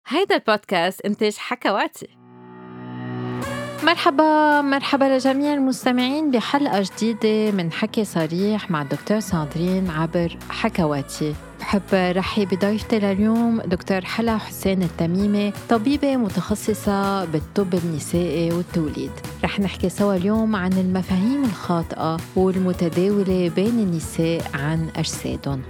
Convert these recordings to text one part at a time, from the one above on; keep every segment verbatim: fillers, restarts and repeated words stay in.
هيدا البودكاست إنتاج حكواتي. مرحبا مرحبا لجميع المستمعين بحلقة جديدة من حكي صريح مع الدكتور ساندرين عبر حكواتي. بحب رحب بضيفتي لليوم دكتور حلا حسين التميمي، طبيبة متخصصة بالطب النسائي والتوليد. رح نحكي سوا اليوم عن المفاهيم الخاطئة والمتداولة بين النساء عن أجسادهم.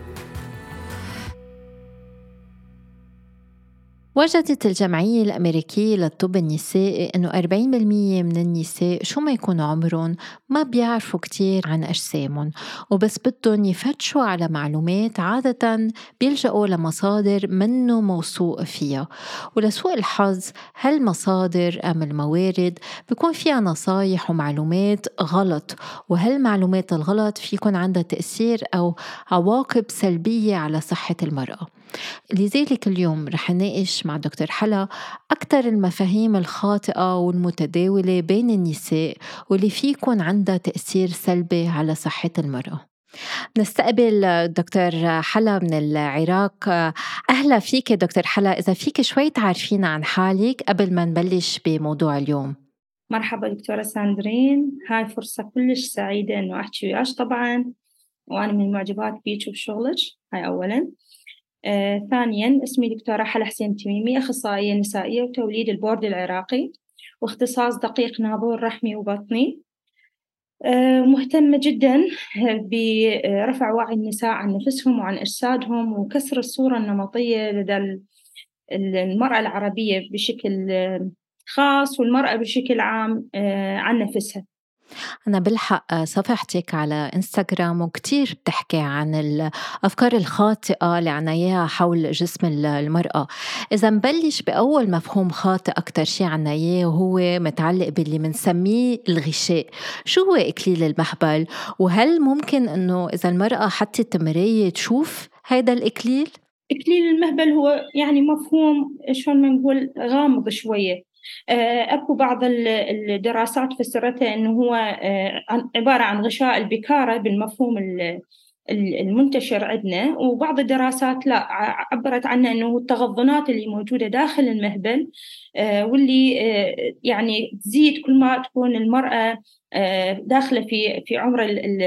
وجدت الجمعية الأمريكية للطب النسائي أنه أربعين بالمية من النساء شو ما يكون عمرهم ما بيعرفوا كتير عن أجسامهم، وبس بدهم يفتشوا على معلومات عادة بيلجأوا لمصادر منه موثوق فيها. ولسوء الحظ هالمصادر أم الموارد بيكون فيها نصايح ومعلومات غلط، وهالمعلومات الغلط فيكون عندها تأثير أو عواقب سلبية على صحة المرأة. لذلك اليوم رح نناقش مع دكتور حلا أكثر المفاهيم الخاطئة والمتداولة بين النساء واللي فيكون عندها تأثير سلبي على صحة المرأة. نستقبل دكتور حلا من العراق. أهلا فيك دكتور حلا، إذا فيك شوي تعرفينا عن حالك قبل ما نبلش بموضوع اليوم. مرحبا دكتورة ساندرين، هاي فرصة كلش سعيدة إنه أحكي وياش طبعاً، وأنا من معجبات بيك وبشغلك. هاي أولاً. آه، ثانياً اسمي دكتورة حلا حسين تميمي، أخصائية نسائية وتوليد البورد العراقي، واختصاص دقيق ناظور رحمي وبطني. آه، مهتمة جداً برفع وعي النساء عن نفسهم وعن أجسادهم وكسر الصورة النمطية لدى المرأة العربية بشكل خاص والمرأة بشكل عام عن نفسها. أنا بلحق صفحتك على إنستغرام وكتير بتحكي عن الأفكار الخاطئة اللي عنا إياها حول جسم المرأة. إذا نبلش بأول مفهوم خاطئ أكتر شي عنا إياه وهو متعلق باللي منسميه الغشاء. شو هو إكليل المهبل؟ وهل ممكن أنه إذا المرأة حطت مراية تشوف هيدا الإكليل؟ إكليل المهبل هو يعني مفهوم شلون ما نقول غامض شوية. أكو بعض الدراسات فسرتها أنه هو عبارة عن غشاء البكارة بالمفهوم المنتشر عندنا، وبعض الدراسات لا عبرت عنه أنه التغضنات اللي موجودة داخل المهبل، واللي يعني تزيد كل ما تكون المرأة داخلة في في عمر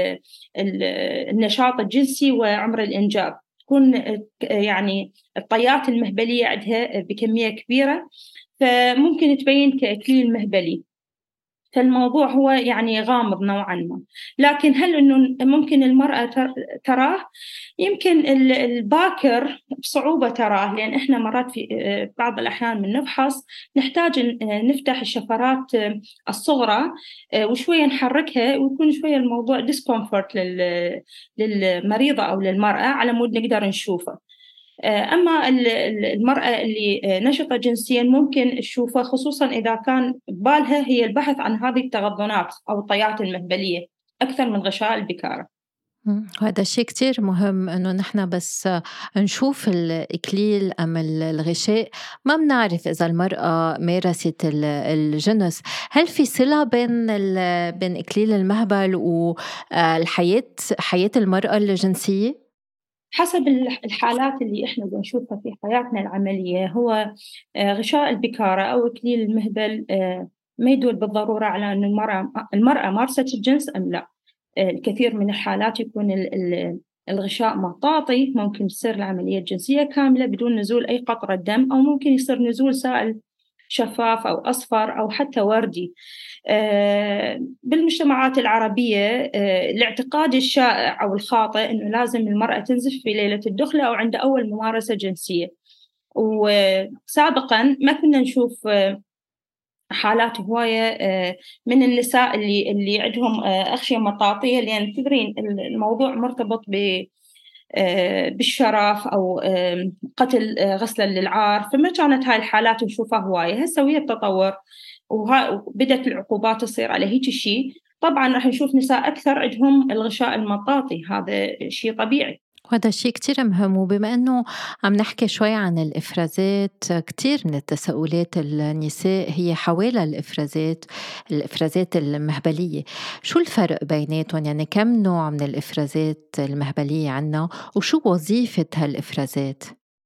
النشاط الجنسي وعمر الإنجاب، تكون يعني الطيات المهبلية عندها بكمية كبيرة، فممكن تبين كإكليل مهبلي. فالموضوع هو يعني غامض نوعاً ما، لكن هل إنه ممكن المرأة تراه؟ يمكن الباكر بصعوبة تراه، لأن إحنا مرات في بعض الأحيان من نفحص نحتاج نفتح الشفرات الصغرى وشوية نحركها، ويكون شوية الموضوع ديسكومفورت للمريضة أو للمرأة على مود نقدر نشوفه. أما المرأة اللي نشطة جنسياً ممكن تشوفها، خصوصاً إذا كان بالها هي البحث عن هذه التغضنات أو الطيات المهبلية أكثر من غشاء البكارة. وهذا الشيء كتير مهم، إنه نحن بس نشوف الإكليل أم الغشاء ما بنعرف إذا المرأة مارست الجنس. هل في صلة بين بين إكليل المهبل والحياة حياة المرأة الجنسية؟ حسب الحالات اللي إحنا بنشوفها في حياتنا العملية، هو غشاء البكارة أو إكليل المهبل ما يدل بالضرورة على أن المرأة المرأة مارست الجنس أم لا. الكثير من الحالات يكون الغشاء مطاطي، ممكن تصير العملية الجنسية كاملة بدون نزول أي قطرة دم، أو ممكن يصير نزول سائل شفاف أو أصفر أو حتى وردي. بالمجتمعات العربية الاعتقاد الشائع أو الخاطئ أنه لازم المرأة تنزف في ليلة الدخلة أو عند أول ممارسة جنسية، وسابقا ما كنا نشوف حالات هواية من النساء اللي اللي عندهم أغشية مطاطية، لأن تدرين الموضوع مرتبط ب بالشرف أو قتل غسلا للعار، فما كانت هاي الحالات نشوفها هواية. هسه ويا التطور وبدت العقوبات تصير على هيك شيء، طبعا راح نشوف نساء أكثر عندهم الغشاء المطاطي، هذا شيء طبيعي. وهذا الشيء كتير مهم. وبما أنه عم نحكي شوي عن الإفرازات، كتير من التساؤلات النساء هي حوالي الإفرازات الإفرازات المهبلية. شو الفرق بيناتهم؟ يعني كم نوع من الإفرازات المهبلية عنا، وشو وظيفة هالإفرازات؟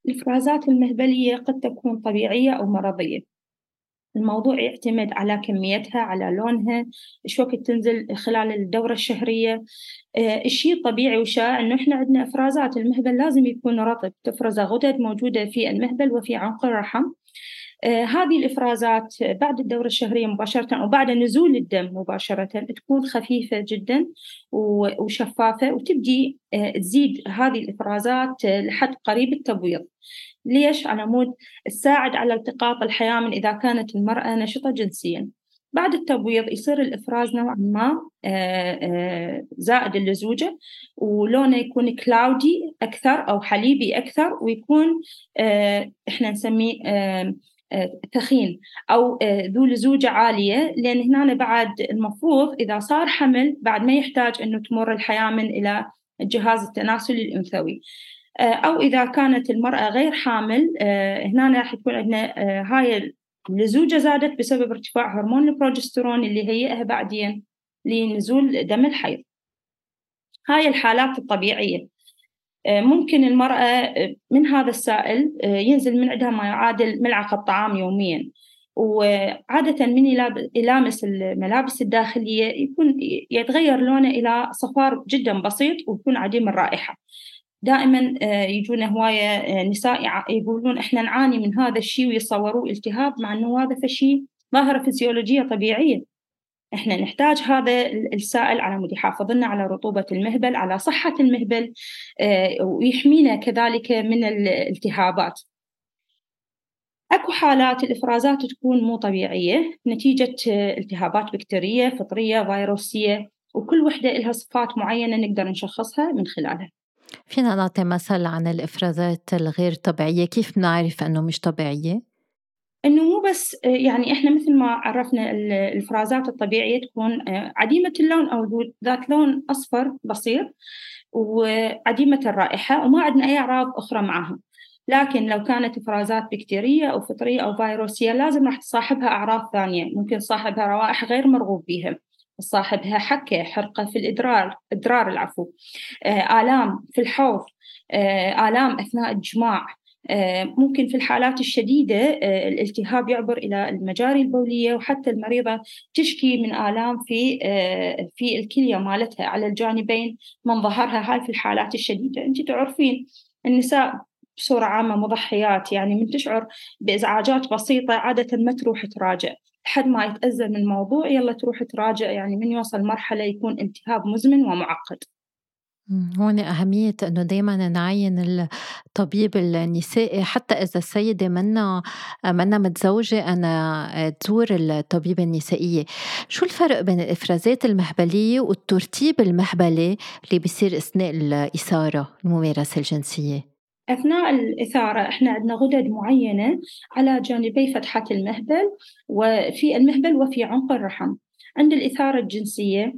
الإفرازات المهبلية قد تكون طبيعية أو مرضية. الموضوع يعتمد على كميتها، على لونها، إيش وقت تنزل خلال الدورة الشهرية. آه، الشيء الطبيعي وشائع إنه إحنا عندنا إفرازات المهبل لازم يكون رطب، تفرز غدد موجودة في المهبل وفي عنق الرحم. آه، هذه الإفرازات بعد الدورة الشهرية مباشرة أو بعد نزول الدم مباشرة تكون خفيفة جدا وشفافة، وتبدي آه، تزيد هذه الإفرازات آه، لحد قريب التبويض. ليش؟ على مود تساعد على التقاط الحيامل إذا كانت المرأة نشطة جنسيا. بعد التبويض يصير الإفراز نوعا ما آه، آه، زائد اللزوجة، ولونه يكون كلاودي أكثر أو حليبي أكثر، ويكون آه، إحنا نسميه آه، آه، ثخين أو آه، ذو لزوجة عالية، لأن هنا بعد المفروض إذا صار حمل بعد ما يحتاج أنه تمر الحيامل إلى الجهاز التناسلي الأنثوي. أو إذا كانت المرأة غير حامل هنا راح يكون عندنا هاي اللزوجة زادت بسبب ارتفاع هرمون البروجسترون اللي هيئها بعدين لنزول دم الحيض. هاي الحالات الطبيعية. ممكن المرأة من هذا السائل ينزل من عندها ما يعادل ملعقة طعام يومياً، وعادة من يلامس الملابس الداخلية يكون يتغير لونه إلى صفار جداً بسيط ويكون عديم الرائحة. دائما يجون هواية نساء يقولون إحنا نعاني من هذا الشيء ويصوروا التهاب، مع أنه هذا فشي ظاهرة فيزيولوجية طبيعية. إحنا نحتاج هذا السائل على مود يحافظ لنا على رطوبة المهبل، على صحة المهبل، ويحمينا كذلك من الالتهابات. أكو حالات الإفرازات تكون مو طبيعية نتيجة التهابات بكتيرية، فطرية، فيروسية، وكل وحدة لها صفات معينة نقدر نشخصها من خلالها. فينا نعطي مثل عن الإفرازات الغير طبيعية، كيف نعرف أنه مش طبيعية؟ إنه مو بس يعني إحنا مثل ما عرفنا الإفرازات الطبيعية تكون عديمة اللون أو ذات لون أصفر بسيط وعديمة الرائحة وما عندنا أي أعراض أخرى معها. لكن لو كانت إفرازات بكتيرية أو فطرية أو فيروسية لازم راح تصاحبها أعراض ثانية، ممكن تصاحبها روائح غير مرغوب بها، تصاحبها حكة، حرقة في الإدرار إدرار العفو، آلام في الحوض، آلام أثناء الجماع. ممكن في الحالات الشديدة الالتهاب يعبر إلى المجاري البولية، وحتى المريضة تشكي من آلام في في الكلية مالتها على الجانبين من ظهرها. هاي في الحالات الشديدة. أنت تعرفين النساء بصورة عامة مضحيات، يعني من تشعر بإزعاجات بسيطة عادة ما تروح تراجع لحد ما يتأزم من الموضوع، يلا تروح تراجع، يعني من يوصل مرحلة يكون التهاب مزمن ومعقد. هون أهمية إنه دايماً نعين الطبيب النسائي، حتى إذا السيدة منا منا متزوجة أنا تزور الطبيبة النسائية. شو الفرق بين الإفرازات المهبلية والترتيب المهبلي اللي بيصير أثناء الإثارة الممارسة الجنسية؟ أثناء الإثارة إحنا عندنا غدد معينة على جانبي فتحة المهبل وفي المهبل وفي عنق الرحم. عند الإثارة الجنسية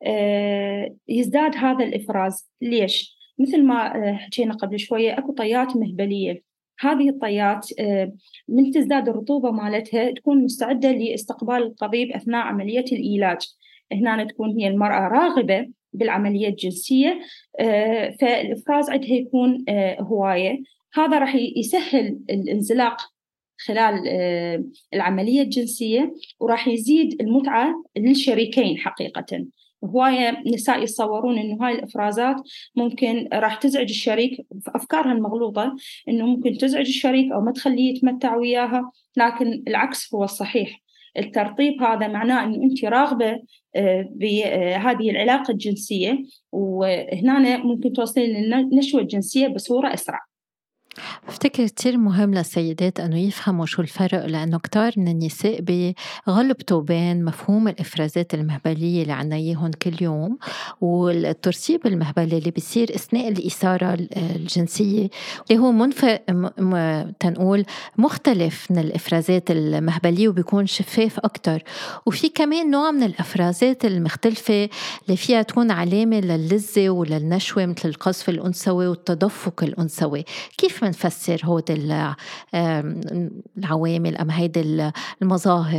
يزداد هذا الإفراز. ليش؟ مثل ما حكينا قبل شوية أكو طيات مهبلية. هذه الطيات من تزداد الرطوبة مالتها تكون مستعدة لاستقبال القضيب أثناء عملية الإيلاج. هنا تكون هي المرأة راغبة بالعملية الجنسية، فالإفراز عندها يكون هواية. هذا راح يسهل الانزلاق خلال العملية الجنسية، وراح يزيد المتعة للشريكين. حقيقة هواية نساء يتصورون إنه هاي الإفرازات ممكن راح تزعج الشريك، في أفكارها المغلوطة إنه ممكن تزعج الشريك أو ما تخليه يتمتع وياها، لكن العكس هو الصحيح. الترطيب هذا معناه إنه أنت راغبة بهذه العلاقة الجنسية، وهنا ممكن توصلين للنشوة الجنسية بصورة أسرع. بفتكر كتير مهم للسيدات أنه يفهموا شو الفرق، لأنه كتار من النساء بغلبتوا بين مفهوم الإفرازات المهبلية اللي عنا إياهم كل يوم والترسيب المهبلي اللي بيصير أثناء الإثارة الجنسية، اللي هو منف... م... تنقول مختلف من الإفرازات المهبلية وبيكون شفاف أكتر. وفي كمان نوع من الإفرازات المختلفة اللي فيها تكون علامة للذة وللنشوة، مثل القذف الأنثوي والتدفق الأنثوي. كيف منفسر هود العوامل أم هيدا المظاهر؟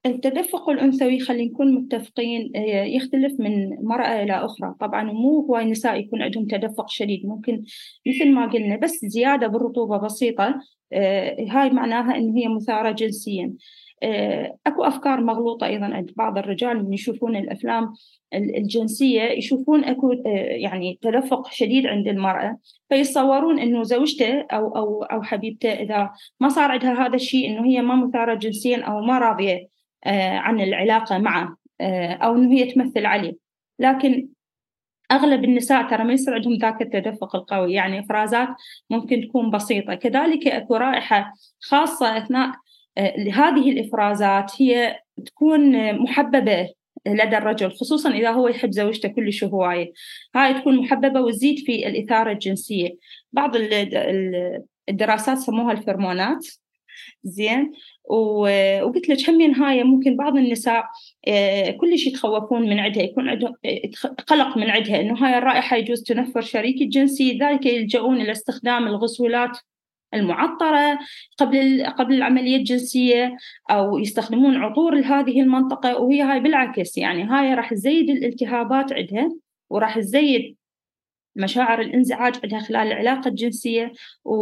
التدفق الأنثوي خلينا نكون متفقين آه، يختلف من مرأة إلى أخرى طبعا، ومو هواي نساء يكون عندهم تدفق شديد، ممكن مثل ما قلنا بس زيادة بالرطوبة بسيطة، آه، هاي معناها إن هي مثارة جنسيا. آه، أكو أفكار مغلوطة أيضا عند بعض الرجال من يشوفون الأفلام الجنسية، يشوفون أكو آه، يعني تدفق شديد عند المرأة، فيتصورون إنه زوجته أو أو أو حبيبته إذا ما صار عندها هذا الشيء إنه هي ما مثارة جنسيا أو ما راضية آه، عن العلاقة معه، آه، أو إنه هي تمثل عليه. لكن أغلب النساء ترى ما يصير عندهم ذاك التدفق القوي، يعني إفرازات ممكن تكون بسيطة. كذلك أكو رائحة خاصة أثناء آه، هذه الإفرازات، هي تكون محببة لدى الرجل، خصوصا إذا هو يحب زوجته كلش هواية، هاي تكون محببة وتزيد في الإثارة الجنسية. بعض الدراسات سموها الفرمونات. زين. وقلت لك همين هاي ممكن بعض النساء آه، كلش يتخوفون من عندها، يكون عندهم قلق من عندها إنه هاي الرائحة يجوز تنفر شريك الجنسي، ذلك يلجؤون إلى استخدام الغسولات المعطرة قبل قبل العملية الجنسية، أو يستخدمون عطور لهذه المنطقة، وهي هاي بالعكس يعني هاي راح تزيد الالتهابات عندها، وراح تزيد مشاعر الانزعاج عندها خلال العلاقة الجنسية،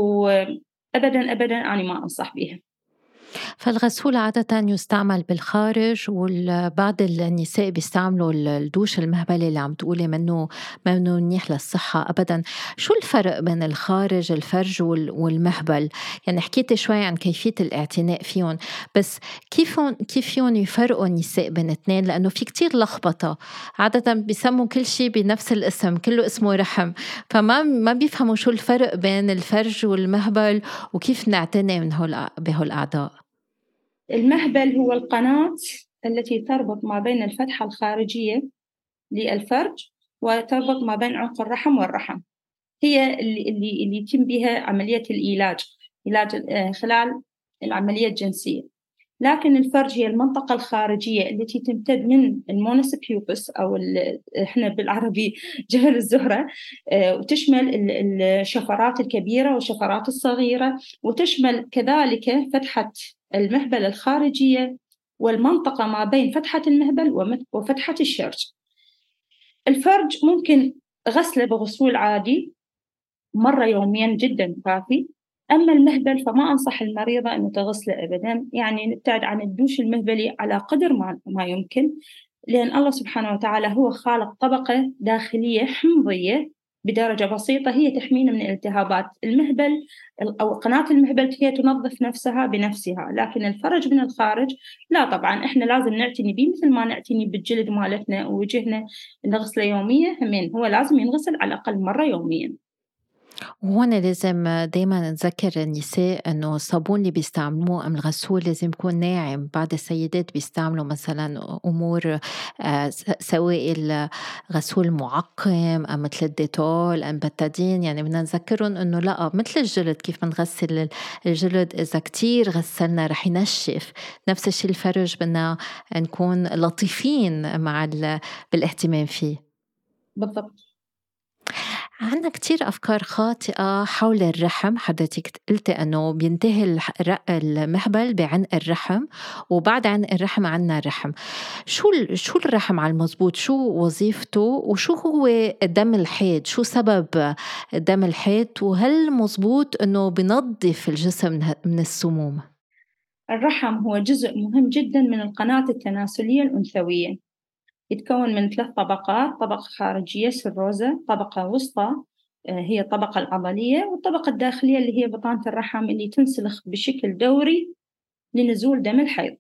وأبدا أبدا أنا ما أنصح بها. فالغسول عادةً يستعمل بالخارج، وبعض النساء بيستعملوا ال الدوش المهبلي اللي عم تقولي منه منه منيح للصحة أبدًا. شو الفرق بين الخارج الفرج وال والمهبل؟ يعني حكيتِ شوي عن كيفية الاعتناء فيهم، بس كيفن كيف فيهم يفرقوا النساء بين اتنين؟ لأنه في كتير لخبطة، عادةً بيسموا كل شي بنفس الاسم، كله اسمه رحم، فما ما بيفهموا شو الفرق بين الفرج والمهبل وكيف نعتني من هول بهول الأعضاء. المهبل هو القناة التي تربط ما بين الفتحة الخارجية للفرج وتربط ما بين عنق الرحم والرحم، هي اللي اللي اللي يتم بها عملية الإيلاج، علاج آه، خلال العملية الجنسية. لكن الفرج هي المنطقة الخارجية التي تمتد من المونس بيوبس أو إحنا بالعربي جبل الزهرة، آه، وتشمل الشفرات الكبيرة والشفرات الصغيرة، وتشمل كذلك فتحة المهبل الخارجية والمنطقة ما بين فتحة المهبل وفتحة الشرج. الفرج ممكن غسله بغسول عادي مرة يوميا جدا كافي. أما المهبل فما أنصح المريضة أنه تغسله أبدا، يعني نبتعد عن الدوش المهبلي على قدر ما, ما يمكن، لأن الله سبحانه وتعالى هو خالق طبقة داخلية حمضية بدرجة بسيطة هي تحمينا من الالتهابات. المهبل أو قناة المهبل هي تنظف نفسها بنفسها، لكن الفرج من الخارج لا، طبعا إحنا لازم نعتني به مثل ما نعتني بالجلد مالتنا ووجهنا، نغسله يوميا، همين هو لازم ينغسل على الأقل مرة يوميا. وهون لازم دايما نذكر النساء انه الصابون اللي بيستعملوه ام الغسول لازم يكون ناعم. بعض السيدات بيستعملوا مثلا امور آه، س- سوائل غسول معقم ام مثل الديتول ام بتادين، يعني بدنا نذكرهم انه لا، مثل الجلد كيف بنغسل الجلد اذا كتير غسلنا رح ينشف، نفس الشيء الفرج بدنا نكون لطيفين مع ال- بالاهتمام فيه. بالضبط. عنا كتير أفكار خاطئة حول الرحم. حضرتك قلتي أنه بينتهي الح- الر- المهبل بعنق الرحم، وبعد عنق الرحم عنا الرحم. شو ال- شو الرحم على المزبوط؟ شو وظيفته؟ وشو هو دم الحيض؟ شو سبب دم الحيض؟ وهل مزبوط أنه بنظف الجسم من ه- من السموم؟ الرحم هو جزء مهم جدا من القناة التناسلية الأنثوية، يتكون من ثلاث طبقات: طبقة خارجية سيروزة، طبقة وسطى آه، هي الطبقة العضلية، والطبقة الداخلية اللي هي بطانة الرحم اللي تنسلخ بشكل دوري لنزول دم الحيض.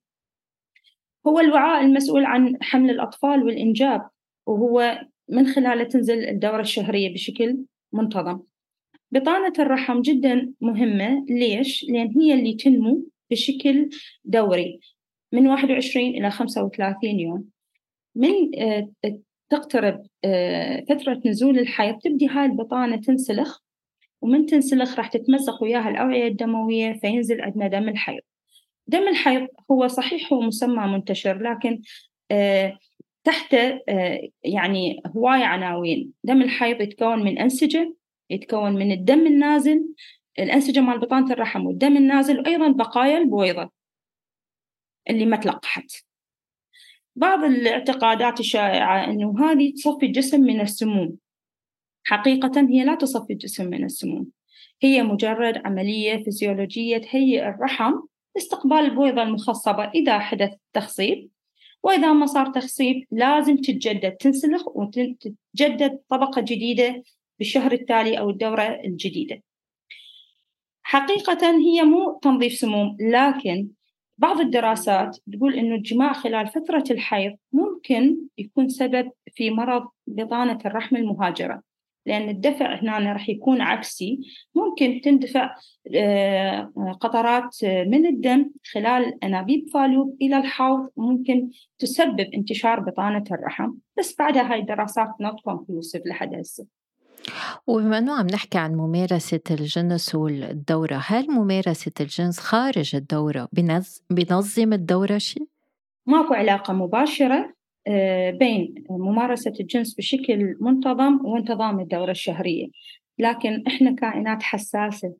هو الوعاء المسؤول عن حمل الأطفال والإنجاب، وهو من خلاله تنزل الدورة الشهرية بشكل منتظم. بطانة الرحم جدا مهمة، ليش؟ لأن هي اللي تنمو بشكل دوري من واحد وعشرين إلى خمسة وثلاثين يوم. من آه، تقترب آه، فترة نزول الحيض تبدي هاي البطانة تنسلخ، ومن تنسلخ راح تتمزق وياها الأوعية الدموية فينزل عندنا دم الحيض. دم الحيض هو صحيح هو مسمى منتشر، لكن آه، تحت آه، يعني هواية عناوين. دم الحيض يتكون من أنسجة، يتكون من الدم النازل، الأنسجة مال بطانة الرحم والدم النازل، وأيضا بقايا البويضة اللي ما تلقحت. بعض الاعتقادات الشائعة إنه هذه تصفي الجسم من السموم. حقيقة هي لا تصفي الجسم من السموم، هي مجرد عملية فيزيولوجية تهيئ الرحم لاستقبال البويضة المخصبة إذا حدث تخصيب، وإذا ما صار تخصيب لازم تتجدد، تنسلخ وتتجدد طبقة جديدة بالشهر التالي أو الدورة الجديدة. حقيقة هي مو تنظيف سموم، لكن بعض الدراسات تقول إنه الجماع خلال فترة الحيض ممكن يكون سبب في مرض بطانة الرحم المهاجرة، لأن الدفع هنا راح يكون عكسي. ممكن تندفع آه، قطرات من الدم خلال أنابيب فالوب إلى الحوض، ممكن تسبب انتشار بطانة الرحم، بس بعدها هاي الدراسات not conclusive لحد هسه. وبما أنه عم نحكي عن ممارسة الجنس والدورة، هل ممارسة الجنس خارج الدورة بنظ... بنظم الدورة شيء؟ ماكو علاقة مباشرة آه، بين ممارسة الجنس بشكل منتظم وانتظام الدورة الشهرية، لكن إحنا كائنات حساسة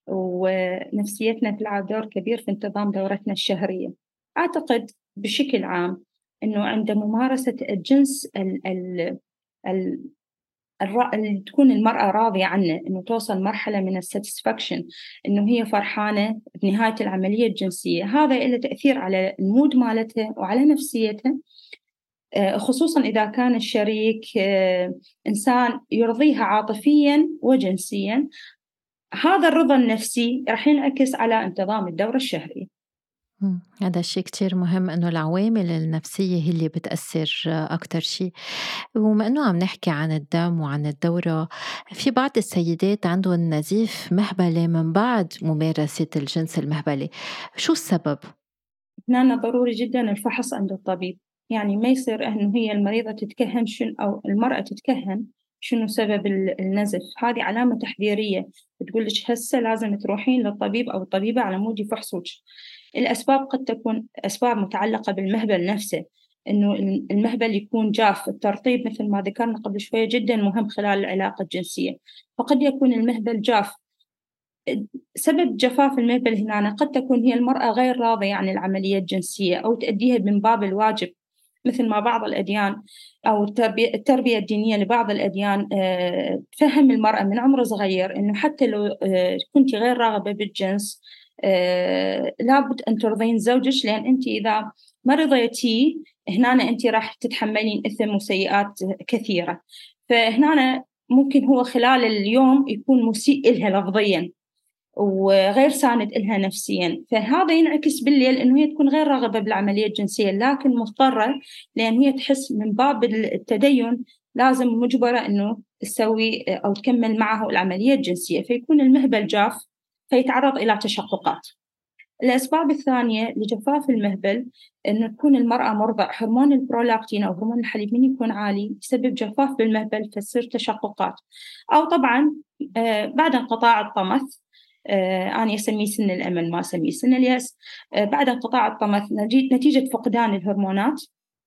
ونفسيتنا تلعب دور كبير في انتظام دورتنا الشهرية. أعتقد بشكل عام إنه عند ممارسة الجنس ال ال ال الر- اللي تكون المرأة راضية عنه، إنه توصل مرحلة من الساتسفاكشن، إنه هي فرحانة بنهاية العملية الجنسية، هذا له تأثير على المود مالتها وعلى نفسيتها، آه، خصوصا إذا كان الشريك آه، إنسان يرضيها عاطفيا وجنسيا. هذا الرضا النفسي راح ينعكس على انتظام الدورة الشهرية. مم. هذا الشيء كتير مهم، إنه العوامل النفسية هي اللي بتأثر أكتر شيء. وما إنه عم نحكي عن الدم وعن الدورة، في بعض السيدات عندهم نزيف مهبلي من بعد ممارسة الجنس المهبلي، شو السبب؟ هنا ضروري جدا الفحص عند الطبيب، يعني ما يصير إنه هي المريضة تتكهن شنو أو المرأة تتكهن شنو سبب النزف. هذه علامة تحذيرية تقول لك هسه لازم تروحين للطبيب أو الطبيبة على مود يفحصوك. الأسباب قد تكون أسباب متعلقة بالمهبل نفسه، إنه المهبل يكون جاف، الترطيب مثل ما ذكرنا قبل شوية جدا مهم خلال العلاقة الجنسية، فقد يكون المهبل جاف. سبب جفاف المهبل هنا قد تكون هي المرأة غير راضية عن العملية الجنسية أو تأديها من باب الواجب، مثل ما بعض الأديان أو التربية, التربية الدينية لبعض الأديان آه، تفهم المرأة من عمر صغير إنه حتى لو آه، كنت غير راغبة بالجنس آه، لابد أن ترضين زوجك، لأن أنت إذا ما رضيتي هنا أنت راح تتحملين إثم وسيئات كثيرة. فهنا ممكن هو خلال اليوم يكون مسيء إلها لفظياً وغير ساند إلها نفسياً، فهذا ينعكس بالليل إنه هي تكون غير راغبة بالعملية الجنسية، لكن مضطرة لأن هي تحس من باب التدين لازم مجبرة إنه تسوي أو تكمل معه العملية الجنسية، فيكون المهبل جاف فيتعرض إلى تشققات. الأسباب الثانية لجفاف المهبل إنه تكون المرأة مرضع، هرمون البرولاكتين أو هرمون الحليب من يكون عالي يسبب جفاف بالمهبل فتصير تشققات، أو طبعاً آه بعد انقطاع الطمث، آه أنا أسميه سن الأمل ما أسميه سن اليأس، آه بعد انقطاع الطمث نتيجة فقدان الهرمونات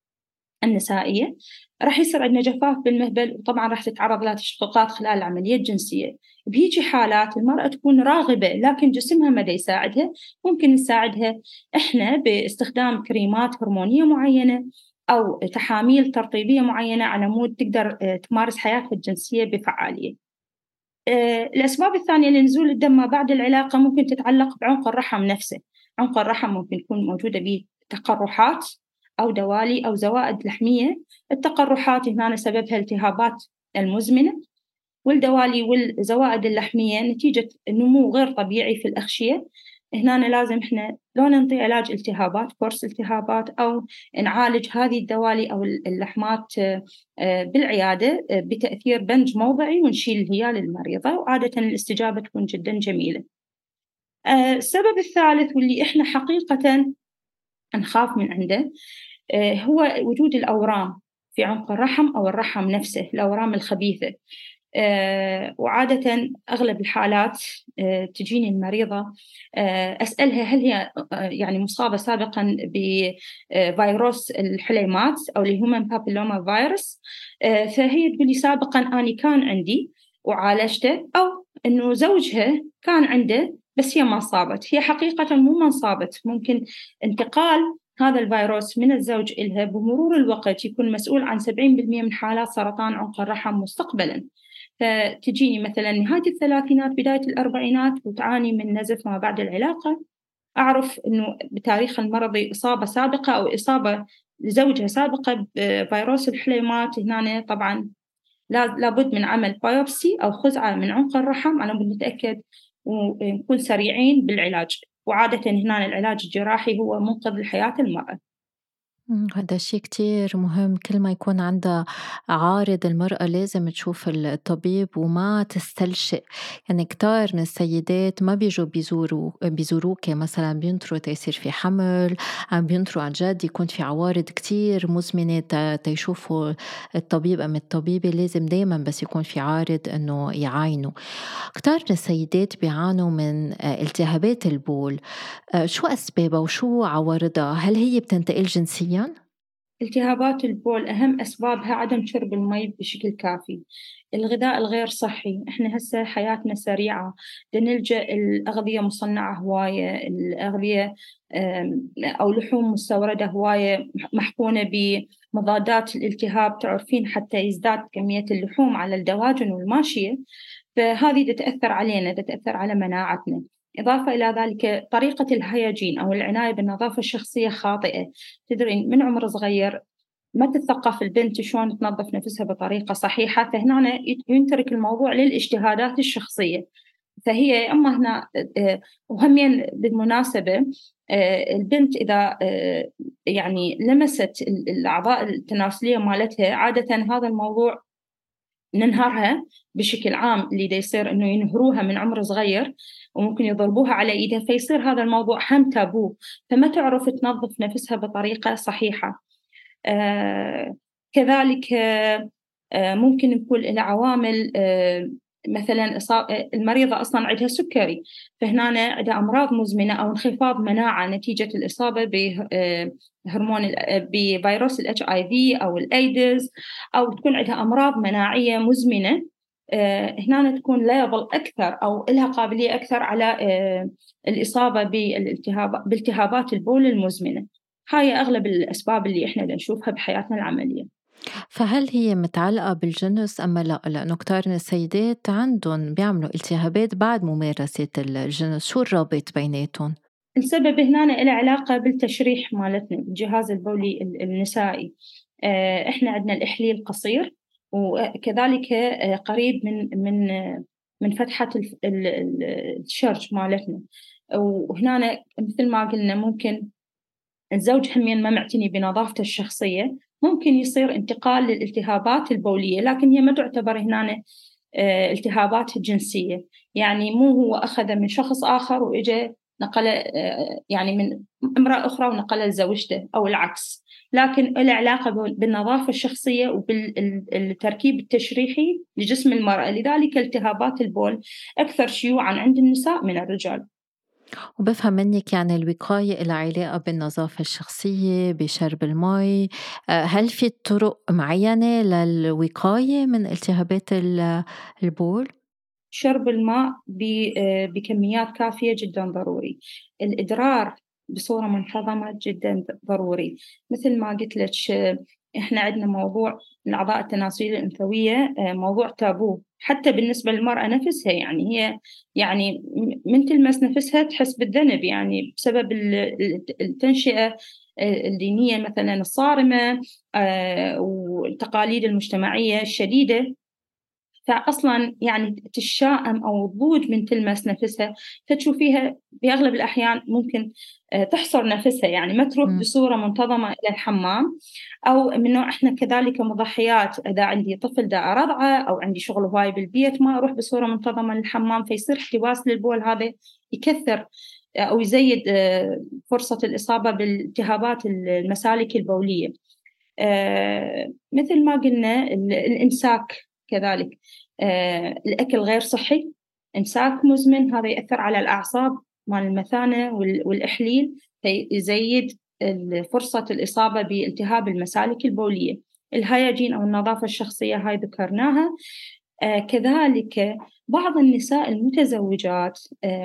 النسائية راح يصير عندنا جفاف بالمهبل، وطبعا راح تتعرض لها تشققات خلال العملية الجنسية. بهيجي حالات المرأة تكون راغبة لكن جسمها ما دا يساعدها، ممكن نساعدها إحنا باستخدام كريمات هرمونية معينة أو تحاميل ترطيبية معينة على مود تقدر تمارس حياتها الجنسية بفعالية. الأسباب الثانية لنزول الدم ما بعد العلاقة ممكن تتعلق بعمق الرحم نفسه. عمق الرحم ممكن يكون موجودة به تقرحات أو دوالي أو زوائد لحمية. التقرحات هنا سببها التهابات المزمنة، والدوالي والزوائد اللحمية نتيجة نمو غير طبيعي في الأغشية. هنا لازم إحنا لو ننطي علاج التهابات كورس التهابات أو نعالج هذه الدوالي أو اللحمات بالعيادة بتأثير بنج موضعي ونشيل الهيال المريضة، وعادة الاستجابة تكون جدا جميلة. السبب الثالث واللي إحنا حقيقة نخاف من عنده هو وجود الأورام في عمق الرحم أو الرحم نفسه، الأورام الخبيثة. أه وعادة أغلب الحالات أه تجيني المريضة أه أسألها هل هي أه يعني مصابة سابقا بفيروس الحليمات أو الهيومن بابيلوما فيروس، أه فهي تقولي سابقا أنا كان عندي وعالجته، أو أنه زوجها كان عنده بس هي ما صابت. هي حقيقة مو ما صابت، ممكن انتقال هذا الفيروس من الزوج إلها بمرور الوقت يكون مسؤول عن سبعين بالمئة من حالات سرطان عنق الرحم مستقبلاً. فتجيني مثلاً نهاية الثلاثينات بداية الأربعينات وتعاني من نزف ما بعد العلاقة، أعرف إنه بتاريخ المرضي إصابة سابقة أو إصابة لزوجها سابقة بفيروس الحليمات. هنا طبعاً لابد من عمل بايوبسي أو خزعة من عنق الرحم على مود نتأكد ونكون سريعين بالعلاج. وعادة هنا العلاج الجراحي هو منقذ لحياة المرأة. إمم، هذا شي كتير مهم، كل ما يكون عندها عارض المرأة لازم تشوف الطبيب وما تستلشق، يعني كتار من السيدات ما بييجوا بيزوروا بيزوروكِ مثلًا بينطروا تيصير في حمل، عم بينطروا عن جد يكون في عوارض كتير مزمنة تا تيشوفوا الطبيب أم الطبيبة، لازم دايمًا بس يكون في عارض إنه يعاينوا. كتار من السيدات بيعانوا من آآ التهابات البول، آآ شو أسبابها وشو عوارضها؟ هل هي بتنتقل جنسيًا؟ التهابات البول أهم أسبابها عدم شرب المي بشكل كافي، الغذاء الغير صحي. إحنا هسه حياتنا سريعة، نلجأ الأغذية مصنعة هواية، الأغذية آم، أو لحوم مستوردة هواية محقونة بمضادات الالتهاب، تعرفين حتى يزداد كمية اللحوم على الدواجن والماشية، فهذه تتأثر علينا، تتأثر على مناعتنا. إضافة إلى ذلك طريقة الهيجين أو العناية بالنظافة الشخصية خاطئة. تدرين من عمر صغير ما تتثقف البنت شلون تنظف نفسها بطريقة صحيحة، فهنا ينترك الموضوع للاجتهادات الشخصية. فهي أما هنا آه، وهمين بالمناسبة آه، البنت إذا آه، يعني لمست الأعضاء التناسلية مالتها، عادة هذا الموضوع ننهرها بشكل عام، اللي دا يصير إنه ينهروها من عمر صغير وممكن يضربوها على إيدها، فيصير هذا الموضوع هم تابو، فما تعرف تنظف نفسها بطريقة صحيحة. آه كذلك آه آه ممكن يكون العوامل آه مثلا إصابة المريضة أصلا عندها سكري، فهنا عندها أمراض مزمنة أو انخفاض مناعة نتيجة الإصابة بهرمون بفيروس الاتش اي في أو الأيدز، أو تكون عندها أمراض مناعية مزمنة. آه هنا تكون ليبل أكثر أو لها قابلية أكثر على آه الإصابة بالالتهاب بالتهابات البول المزمنة. هاي أغلب الأسباب اللي إحنا نشوفها بحياتنا العملية. فهل هي متعلقة بالجنس أم لأ؟ لأنه كتار من السيدات عندهم بيعملوا التهابات بعد ممارسة الجنس، شو الرابط بيناتهم؟ السبب هنا له علاقة بالتشريح مالتنا بالجهاز البولي النسائي. آه، إحنا عندنا الإحليل قصير، وكذلك آه، قريب من من آه، من فتحة الف- ال- ال- الشرج مالتنا. وهنا مثل ما قلنا ممكن الزوج همين ما معتني بنظافته الشخصية، ممكن يصير انتقال للالتهابات البولية، لكن هي ما تعتبر هنا آه، التهابات جنسية. يعني مو هو أخذ من شخص آخر وإجا نقل آه، يعني من امرأة أخرى ونقل لزوجته أو العكس، لكن له علاقة بالنظافة الشخصية وبالتركيب التشريحي لجسم المرأة. لذلك التهابات البول أكثر شيوعا عند النساء من الرجال. وبفهم منك يعني الوقاية إلها علاقة بالنظافة الشخصية بشرب المي، آه، هل في طرق معينة للوقاية من التهابات ال- البول؟ شرب الماء ب- آه، بكميات كافية جدا ضروري. الإدرار بصورة منتظمة جدا ضروري. مثل ما قلت لك آه، إحنا عندنا موضوع الأعضاء التناسلية الأنثوية آه، موضوع تابو حتى بالنسبة للمرأة نفسها. يعني هي يعني م- من تلمس نفسها تحس بالذنب، يعني بسبب ال- ال- التنشئة آه، الدينية مثلا الصارمة آه، والتقاليد المجتمعية الشديدة. فأصلا يعني تشائم أو تضوج من تلمس نفسها، فتشوفيها بأغلب الأحيان ممكن آه، تحصر نفسها، يعني ما تروح مم. بصورة منتظمة إلى الحمام. أو من نوع إحنا كذلك مضحيات، إذا عندي طفل دا أرضعه أو عندي شغل هواي بالبيت ما أروح بصورة منتظمة للحمام، فيصير احتباس للبول، هذا يكثر آه، أو يزيد آه، فرصة الإصابة بالالتهابات المسالك البولية. آه، مثل ما قلنا ال- الإمساك كذلك، آه، الأكل غير صحي، إمساك مزمن، هذا يأثر على الأعصاب مال المثانة وال- والإحليل، فيزيد ال- فرصة الإصابة بالتهاب المسالك البولية. الهيجين أو النظافة الشخصية هاي ذكرناها. آه، كذلك بعض النساء المتزوجات آه،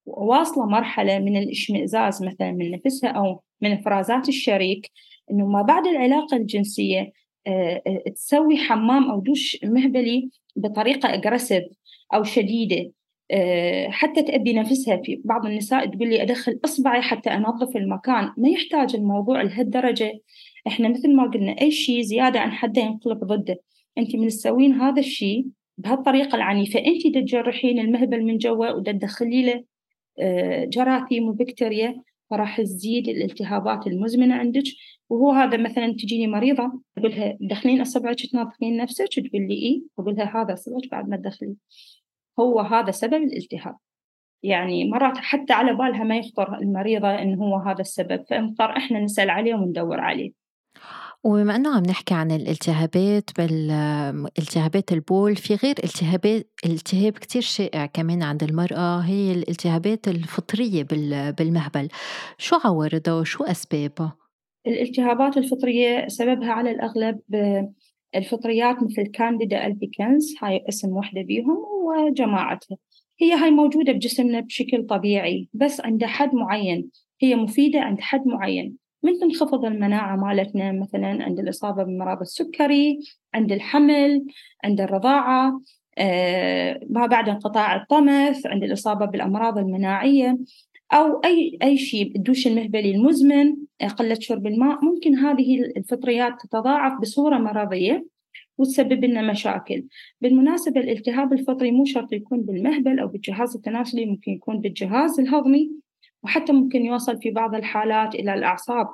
واصلة مرحلة من الاشمئزاز مثلا من نفسها أو من إفرازات الشريك، إنه ما بعد العلاقة الجنسية آه، آه، تسوي حمام أو دوش مهبلي بطريقة أجريسيف أو شديدة، آه، حتى تأذي نفسها. في بعض النساء تقول لي أدخل إصبعي حتى أنظف المكان. ما يحتاج الموضوع لهالدرجة. إحنا مثل ما قلنا أي شيء زيادة عن حده ينقلب ضده. أنت من تسوين هذا الشيء بهالطريقة العنيفة أنت تجرحين المهبل من جوا وتدخلي له آه، جراثيم وبكتيريا، فراح تزيد الالتهابات المزمنة عندك. وهو هذا مثلا تجيني مريضة أقول لها دخلين أصبعك تنظفين نفسك، تقول لي إيه، أقول لها هذا أصبعك بعد ما تدخلي، هو هذا سبب الالتهاب. يعني مرات حتى على بالها ما يخطر المريضة إنه هو هذا السبب، فنضطر إحنا نسأل عليه وندور عليه. وبما إنه عم نحكي عن الالتهابات بال التهابات البول، في غير التهابات التهاب كتير شائع كمان عند المرأة، هي الالتهابات الفطرية بال بالمهبل. شو عوارضها وشو أسبابها؟ الالتهابات الفطرية سببها على الأغلب آه، الفطريات مثل كانديدا ألبيكنس، هاي اسم واحدة بيهم وجماعتها. هي هاي موجودة بجسمنا بشكل طبيعي بس عند حد معين، هي مفيدة عند حد معين، من تنخفض المناعة مالتنا مثلا عند الإصابة بمرض السكري، عند الحمل، عند الرضاعة، آه، ما بعد انقطاع الطمث، عند الإصابة بالأمراض المناعية، أو أي أي شيء، الدوش المهبلي المزمن، قلة شرب الماء. ممكن هذه الفطريات تتضاعف بصورة مرضية وتسبب لنا مشاكل. بالمناسبة الالتهاب الفطري مو شرط يكون بالمهبل أو بالجهاز التناسلي، ممكن يكون بالجهاز الهضمي، وحتى ممكن يوصل في بعض الحالات إلى الأعصاب.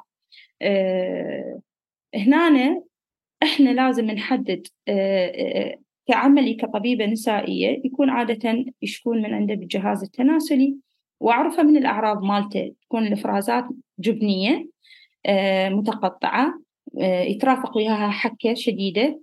أه هنا إحنا لازم نحدد أه أه كعملي كطبيبة نسائية يكون عادة يشكون من عنده بالجهاز التناسلي، وأعرفها من الأعراض مالته تكون الإفرازات جبنية آه، متقطعة، آه، يترافق وياها حكة شديدة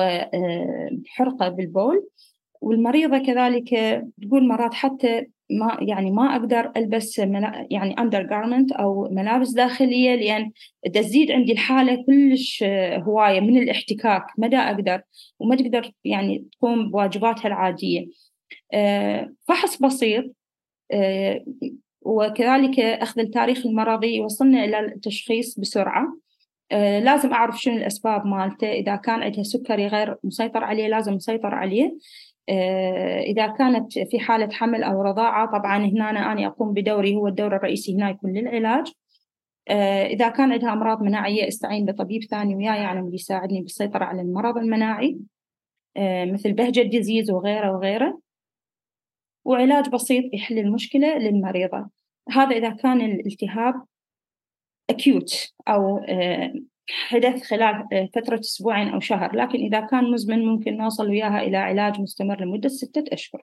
وحرقة بالبول. والمريضة كذلك تقول مرات حتى ما يعني ما أقدر ألبس ملا يعني أندر جارمنت أو ملابس داخلية، لأن تزيد عندي الحالة كلش آه، هواية من الاحتكاك، ما دا أقدر وما تقدر يعني تقوم بواجباتها العادية. آه، فحص بسيط آه، وكذلك أخذ التاريخ المرضي يوصلنا إلى التشخيص بسرعة. آه، لازم أعرف شنو الأسباب مالته، إذا كان عندها سكري غير مسيطر عليه لازم نسيطر عليه. آه، إذا كانت في حالة حمل أو رضاعة طبعا هنا أنا, أنا أقوم بدوري، هو الدور الرئيسي هنا يكون للعلاج. آه، إذا كان عندها أمراض مناعية استعين بطبيب ثاني وياي يعني يساعدني بالسيطرة على المرض المناعي آه، مثل بهجة ديزيز وغيره وغيره، وعلاج بسيط يحل المشكلة للمريضة. هذا إذا كان الالتهاب أكيوت أو آه، حدث خلال آه، فترة أسبوعين أو شهر، لكن إذا كان مزمن ممكن نوصل وياها إلى علاج مستمر لمدة ستة أشهر.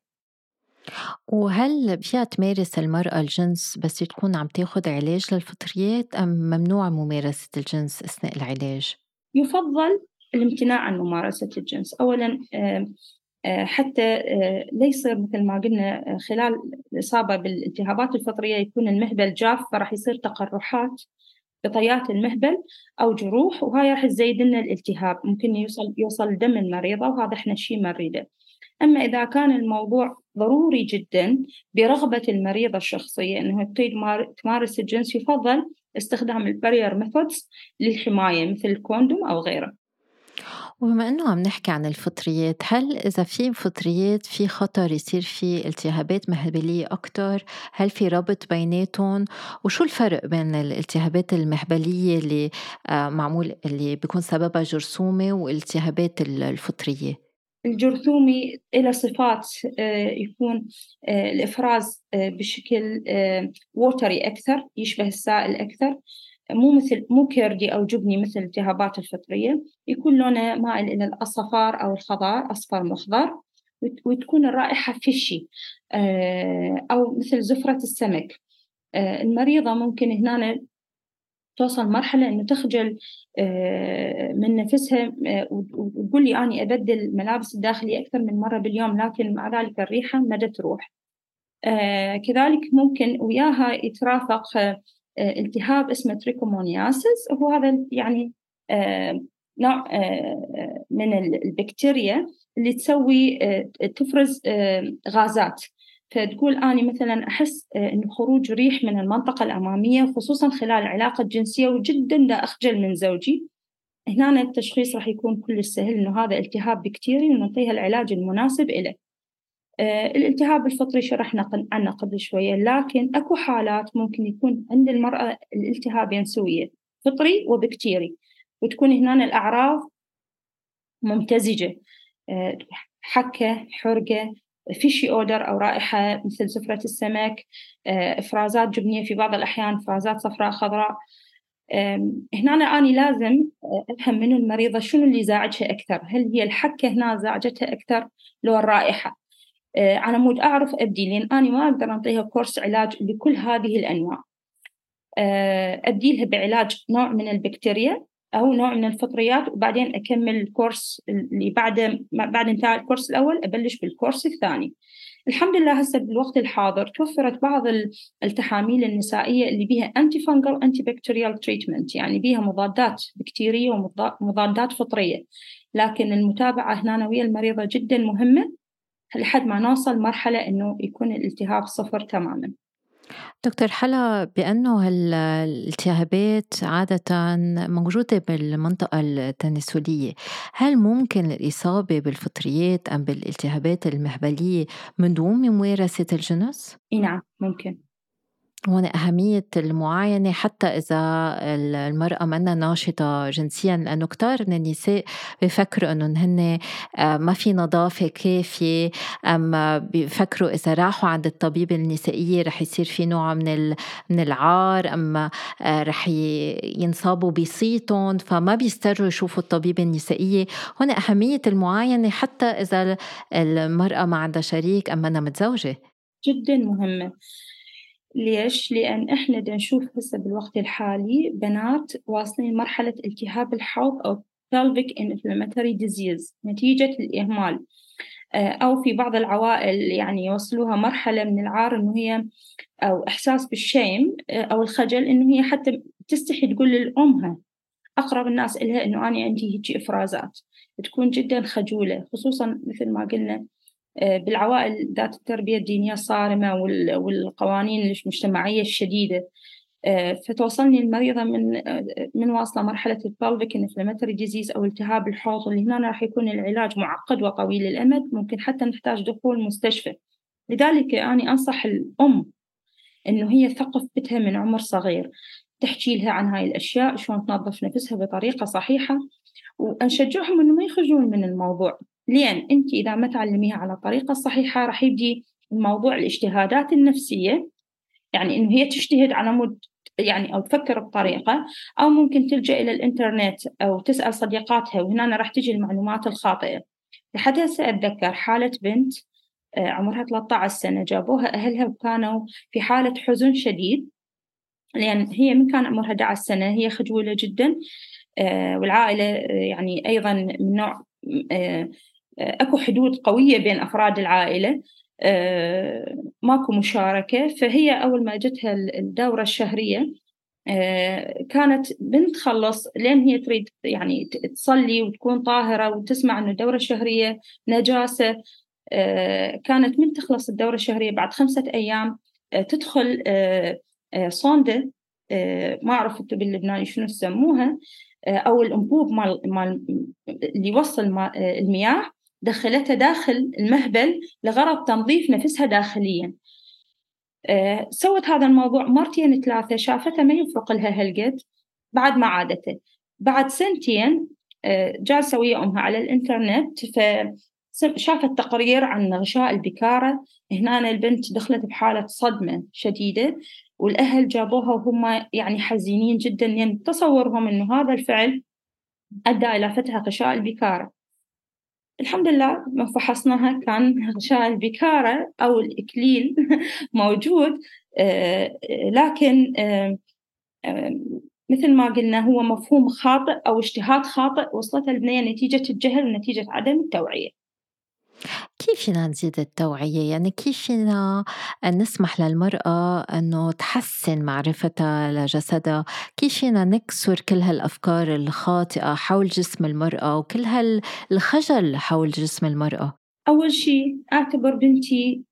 وهل فيها تمارس المرأة الجنس بس تكون عم تاخد علاج للفطريات، أم ممنوع ممارسة الجنس أثناء العلاج؟ يفضل الامتناع عن ممارسة الجنس أولاً، آه، آه، حتى آه، لا يصير مثل ما قلنا آه، خلال الإصابة بالالتهابات الفطرية يكون المهبل جاف، فراح يصير تقرحات بطيات المهبل أو جروح، وهاي راح تزيد لنا الالتهاب، ممكن يوصل يوصل دم المريضة، وهذا إحنا شيء ما نريده. أما إذا كان الموضوع ضروري جدا برغبة المريضة الشخصية أنها تريد تمارس الجنس، يفضل استخدام البارير ميثودز للحماية مثل الكوندوم أو غيره. وبما إنه عم نحكي عن الفطريات، هل إذا في فطريات في خطر يصير في التهابات مهبلية أكتر؟ هل في ربط بيناتهم؟ وشو الفرق بين الالتهابات المهبلية اللي آه، معمول اللي بيكون سببها جرثومة والالتهابات ال- الفطرية؟ الجرثومي إلى صفات آه، يكون آه، الإفراز آه، بشكل ووتري أكثر، يشبه السائل أكثر، مو مثل مو كيردي أو جبني مثل الالتهابات الفطرية، يكون لونه مائل إلى الأصفر أو الخضار، أصفر مخضر، وتكون الرائحة فيشي أو مثل زفرة السمك. المريضة ممكن هنا توصل مرحلة إنه تخجل آه، من نفسها آه، وتقول لي أنا أبدل الملابس الداخلية أكثر من مرة باليوم، لكن مع ذلك الريحة ما تروح. آه، كذلك ممكن وياها يترافق آه، التهاب اسمه تريكومونياسيس، وهو هذا يعني آه، نوع آه، من البكتيريا اللي تسوي آه، تفرز آه، غازات فتقول أني مثلا أحس إنه خروج ريح من المنطقة الأمامية خصوصا خلال العلاقة الجنسية وجدا دا أخجل من زوجي. هنا التشخيص راح يكون كل سهل إنه هذا التهاب بكتيري ونعطيها العلاج المناسب إله. آه الالتهاب الفطري شرحنا عنه قبل شوية، لكن أكو حالات ممكن يكون عند المرأة الالتهاب ينسوية فطري وبكتيري، وتكون هنا الأعراض ممتزجة، آه حكة، حرقة، فيشي أودر أو رائحة مثل زفرة السمك، آه إفرازات جبنية في بعض الأحيان، إفرازات صفراء خضراء. هنا أنا لازم أفهم من المريضة شنو اللي زاعجها أكثر، هل هي الحكة هنا زاعجتها أكثر لو الرائحة، على مود أعرف أبدي، لأن أنا ما أقدر أعطيها كورس علاج لكل هذه الأنواع. أبديلها بعلاج نوع من البكتيريا أو نوع من الفطريات، وبعدين أكمل الكورس اللي بعد بعد انتهاء الكورس الأول أبلش بالكورس الثاني. الحمد لله هسه بالوقت الحاضر توفرت بعض التحاميل النسائية اللي بيها أنتي فانجل أنتي بكتيريال تريتمنت، يعني بيها مضادات بكتيرية ومضادات فطرية، لكن المتابعة هنا ويا المريضة جدا مهمة لحد ما نوصل مرحلة إنه يكون الالتهاب صفر تماما. دكتور حلا، بأنه الالتهابات عادة موجودة بالمنطقة التناسلية، هل ممكن الإصابة بالفطريات أم بالالتهابات المهبلية من دون ممارسة الجنس؟ نعم ممكن. هون أهمية المعاينة حتى إذا المرأة منا ناشطة جنسيا، لأنه كتار من النساء بيفكروا أنه هن ما في نظافة كافية، أم بيفكروا إذا راحوا عند الطبيب النسائية رح يصير في نوع من من العار، أما رح ينصابوا بصيتهم، فما بيستروا يشوفوا الطبيب النسائية. هون أهمية المعاينة حتى إذا المرأة ما عندها شريك أم أنا متزوجة جدا مهمة. ليش؟ لأن إحنا دا نشوف هسه بالوقت الحالي بنات واصلين مرحلة التهاب الحوض أو pelvic inflammatory disease نتيجة الإهمال، أو في بعض العوائل يعني يوصلوها مرحلة من العار إنه هي أو إحساس بالشيم أو الخجل إنه هي حتى تستحي تقول لأمها أقرب الناس إلها إنه أنا عندي هيجي إفرازات، تكون جدا خجولة، خصوصا مثل ما قلنا بالعوائل ذات التربية الدينية الصارمة والقوانين المجتمعية الشديدة. فتوصلني المريضة من من واصلة مرحلة البلفيك انفلاماتوري ديزيز أو التهاب الحوض، اللي هنا راح يكون العلاج معقد وطويل الأمد، ممكن حتى نحتاج دخول مستشفى. لذلك أنا أنصح الأم إنه هي تثقف بنتها من عمر صغير، تحكي لها عن هاي الأشياء، شلون تنظف نفسها بطريقة صحيحة، ونشجعهم إنه ما يخرجون من الموضوع، لأن أنت إذا ما تعلميها على الطريقة الصحيحة راح يبدي الموضوع الاجتهادات النفسية، يعني إنه هي تجتهد على مود يعني أو تفكر بطريقة، أو ممكن تلجأ إلى الإنترنت أو تسأل صديقاتها، وهنا راح تجي المعلومات الخاطئة. لحد هسه أتذكر حالة بنت عمرها ثلاثة عشر سنة جابوها أهلها وكانوا في حالة حزن شديد، لأن هي من كان عمرها أحد عشر سنة هي خجولة جدا، والعائلة يعني أيضا من نوع أكو حدود قوية بين أفراد العائلة، ماكو مشاركة. فهي أول ما جتها الدورة الشهرية كانت بنت خلص لين هي تريد يعني تصلي وتكون طاهرة وتسمع أنه الدورة الشهرية نجاسة، كانت من تخلص الدورة الشهرية بعد خمسة أيام تدخل صوندة، ما أعرف أنتوا باللبناني شنو يسموها، أو الأنبوب مال مال اللي يوصل المياه، دخلتها داخل المهبل لغرض تنظيف نفسها داخليا. أه سوت هذا الموضوع مرتين ثلاثة، شافتها ما يفرق لها هالقد، بعد ما عادته بعد سنتين أه جالسة ويا أمها على الإنترنت، فشافت تقرير عن غشاء البكارة. هنا البنت دخلت بحالة صدمة شديدة، والأهل جابوها وهم يعني حزينين جدا، لأن يعني تصورهم إنه هذا الفعل أدى إلى فتح غشاء البكارة. الحمد لله ما فحصناها كان غشاء البكارة أو الإكليل موجود، آه لكن آه آه مثل ما قلنا هو مفهوم خاطئ أو اجتهاد خاطئ وصلتها البنية نتيجة الجهل ونتيجة عدم التوعية. كيف فينا نزيد التوعية؟ يعني كيف فينا نسمح للمرأة أنه تحسن معرفتها لجسدها؟ كيف فينا نكسر كل هالأفكار الخاطئة حول جسم المرأة وكل هالخجل حول جسم المرأة؟ أول شيء أعتبر بنتي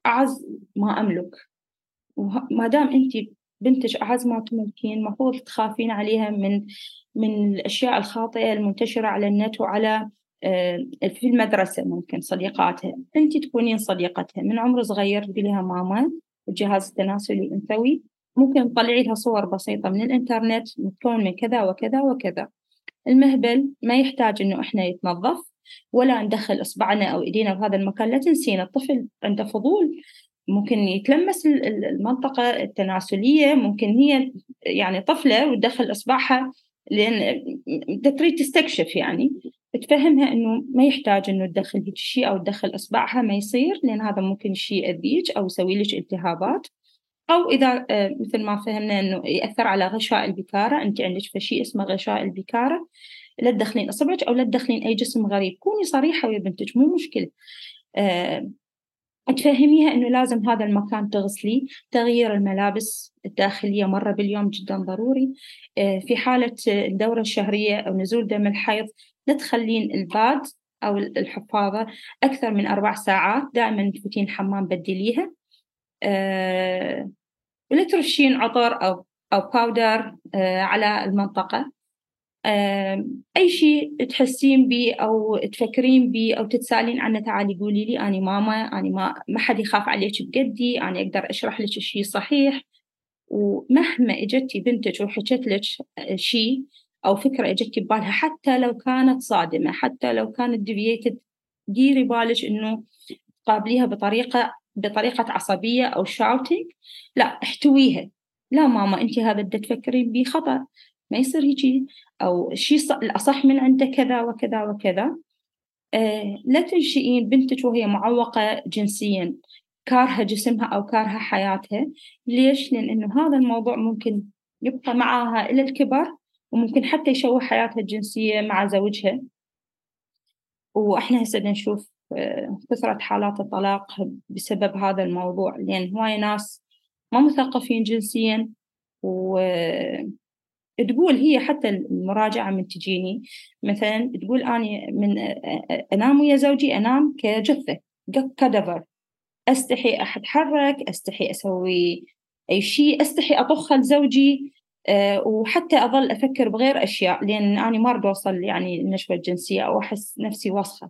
أعز ما أملك، وما دام أنتِ بنتِك أعز ما تملكين المفروض تخافين عليها من من الأشياء الخاطئة المنتشرة على النت وعلى آآ في المدرسة ممكن صديقاتها، أنتِ تكونين صديقتها من عمر صغير تقولي لها ماما الجهاز التناسلي الأنثوي ممكن تطلعي لها صور بسيطة من الإنترنت متكون من كذا وكذا وكذا. المهبل ما يحتاج إنه إحنا يتنظف ولا ندخل إصبعنا أو إيدينا بهذا المكان، لا تنسين الطفل عنده فضول ممكن يتلمس ال- ال- المنطقة التناسلية، ممكن هي يعني طفلة وتدخل إصبعها لأن بدها تريد تستكشف، يعني تفهمها إنه ما يحتاج إنه تدخل هيك شيء أو تدخل إصبعها، ما يصير، لأن هذا ممكن شيء يأذيك أو يسوي لك التهابات. أو إذا آه، مثل ما فهمنا إنه يأثر على غشاء البكارة، أنت عندك شيء اسمه غشاء البكارة، لا تدخلين إصبعك أو لا تدخلين أي جسم غريب، كوني صريحة ويا بنتك مو مشكلة. أه تفهميها إنه لازم هذا المكان تغسليه، تغيير الملابس الداخلية مرة باليوم جدا ضروري. أه في حالة الدورة الشهرية أو نزول دم الحيض لا تخلين الباد أو الحفاضة أكثر من أربع ساعات، دائما تفوتين الحمام بدليها. أه ولا ترشين عطر أو أو باودر أه على المنطقة. أه أي شيء تحسين بيه أو تفكرين بيه أو تتسالين عنه تعالي قولي لي، أنا ماما، أنا ما ما حد يخاف عليك بقدي، أنا أقدر أشرح لك الشيء صحيح. ومهما إجتي بنتك وحكت لك شيء أو فكرة إجتي ببالها حتى لو كانت صادمة، حتى لو كانت ديفييتد، ديري بالك إنه تقابليها بطريقة بطريقة عصبية أو شاوتينج، لا احتويها. لا ماما أنت هذا بدك تفكرين بيه خطأ، ما يصير هيجي، أو الشيء الص- الأصح من عنده كذا وكذا وكذا. آه لا تنشئين بنتك وهي معوقة جنسيا، كارهة جسمها أو كارهة حياتها. ليش؟ لأنه هذا الموضوع ممكن يبقى معها إلى الكبر، وممكن حتى يشوه حياتها الجنسية مع زوجها. وإحنا هسه نشوف آه، كثرة حالات الطلاق بسبب هذا الموضوع، لأن هواي ناس ما مثقفين جنسيا. وتقول هي حتى المراجعة من تجيني مثلا تقول أنا من أنام ويا زوجي أنام كجثة، كدفر، أستحي أتحرك، أستحي أسوي أي شيء، أستحي أطخ لزوجي. أه وحتى أظل أفكر بغير أشياء لأن أنا ما أريد أوصل يعني النشوة الجنسية أو أحس نفسي وسخة.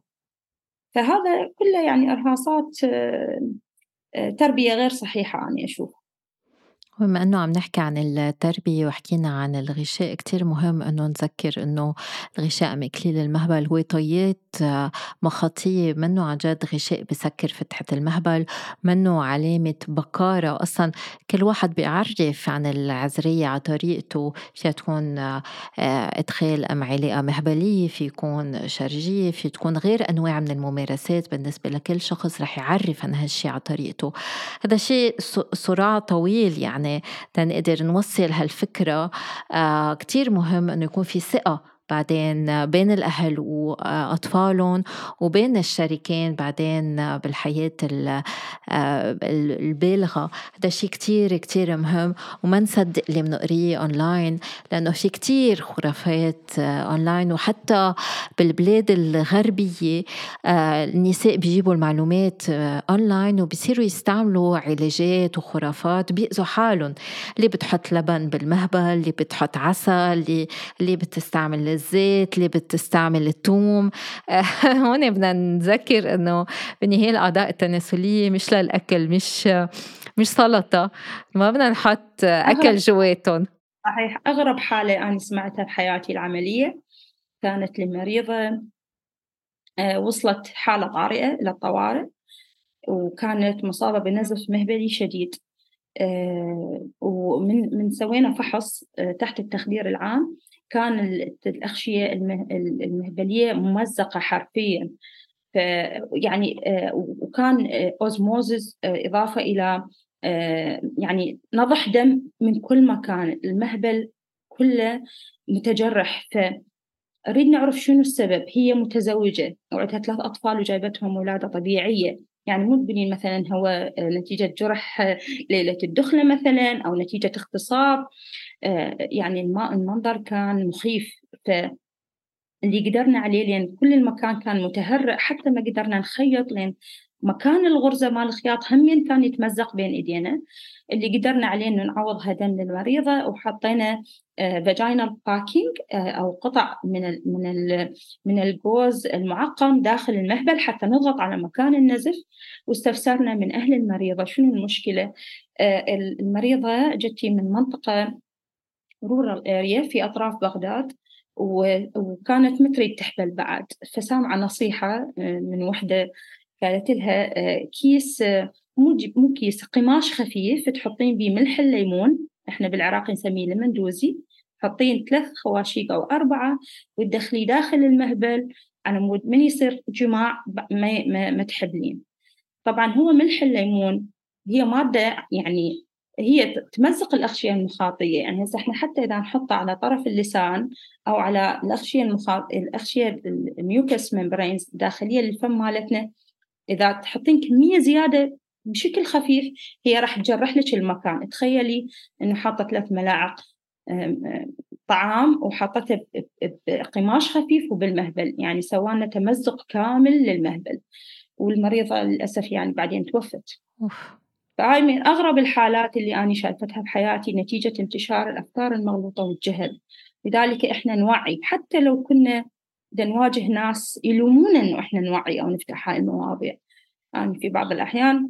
فهذا كله يعني إرهاصات آه، آه، تربية غير صحيحة أنا أشوف. بما إنه عم نحكي عن التربية وحكينا عن الغشاء، كتير مهم إنه نذكر إنه الغشاء مكليل المهبل هو طيات آه، مخاطية، منه عن جد غشاء بسكر فتحة المهبل، منه علامة بكارة. أصلا كل واحد بيعرف عن العذرية على طريقته، فيها تكون آه، آه، إدخال أم علاقة مهبلية، في يكون شرجية، في تكون غير أنواع من الممارسات. بالنسبة لكل شخص رح يعرف عن هالشي على طريقته. هذا شيء ص- صراع طويل يعني تنقدر نوصل هالفكرة. آه كتير مهم أنه يكون في ثقة بعدين بين الأهل وأطفالهم وبين الشريكين بعدين بالحياة ال- آه، البالغة. هذا شيء كتير كتير مهم، وما نصدق اللي منقريه أونلاين، لأنه في كتير خرافات آه، أونلاين. وحتى بالبلاد الغربية آه، النساء بيجيبوا المعلومات آه، أونلاين وبيصيروا يستعملوا علاجات وخرافات بيأذوا حالهم. اللي بتحط لبن بالمهبل، اللي بتحط عسل، اللي, اللي بتستعمل الزيت، اللي بتستعمل الثوم. آه، هون بدنا نذكر إنه بالنهاية الأعضاء التناسلية مش للأكل، مش مش سلطة، ما بدنا نحط أكل أغرب جواتهم. صحيح أغرب حالة أنا سمعتها بحياتي العملية كانت لمريضة آه، وصلت حالة طارئة إلى الطوارئ، وكانت مصابة بنزف مهبلي شديد. آه، ومن من سوينا فحص آه، تحت التخدير العام، كان ال- الأغشية المه- المهبلية ممزقة حرفيا. ف يعني آه، وكان أوزموزز إضافة إلى آه، يعني نضح دم من كل مكان، المهبل كله متجرح. فأريد نعرف شنو السبب. هي متزوجة وعندها ثلاث أطفال وجايبتهم ولادة طبيعية، يعني مو تقولين مثلا هو آه، نتيجة جرح آه، ليلة الدخلة مثلا أو نتيجة اغتصاب. آه، يعني الم- المنظر كان مخيف. اللي قدرنا عليه، لأن كل المكان كان متهرئ، حتى ما قدرنا نخيط لأن مكان الغرزة مال الخياط همين كان يتمزق بين إيدينا، اللي قدرنا عليه إنه نعوض هدم للمريضة، وحطينا فاجينال باكينج أو قطع من ال من ال من الجوز المعقم داخل المهبل حتى نضغط على مكان النزف. واستفسرنا من أهل المريضة شنو المشكلة. المريضة جتي من منطقة rural area في أطراف بغداد، وكانت متريد تحبل بعد، فسامعة نصيحة من وحدة قالت لها كيس مو مو كيس قماش خفيف تحطين بيه ملح الليمون، احنا بالعراق نسميه لمندوزي، حطين ثلاث خواشيق أو أربعة وتدخليه داخل المهبل على مود من يصير جماع ما, ما, ما تحبلين. طبعا هو ملح الليمون هي مادة يعني هي تمزق الأغشية المخاطية، يعني هسه احنا حتى إذا نحطه على طرف اللسان أو على الأغشية المخاطية الأغشية الميوكس ممبرينز الداخلية للفم مالتنا، إذا تحطين كمية زيادة بشكل خفيف هي راح تجرح لك المكان. تخيلي إنه حاطة ثلاث ملاعق طعام وحطته بقماش خفيف وبالمهبل، يعني سوانا تمزق كامل للمهبل، والمريضة للأسف يعني بعدين توفت. فهاي من أغرب الحالات اللي أنا شايفتها بحياتي نتيجة انتشار الأفكار المغلوطة والجهل. لذلك إحنا نوعي، حتى لو كنا نواجه ناس يلومونا إنه إحنا نوعي أو نفتح هاي المواضيع. يعني في بعض الأحيان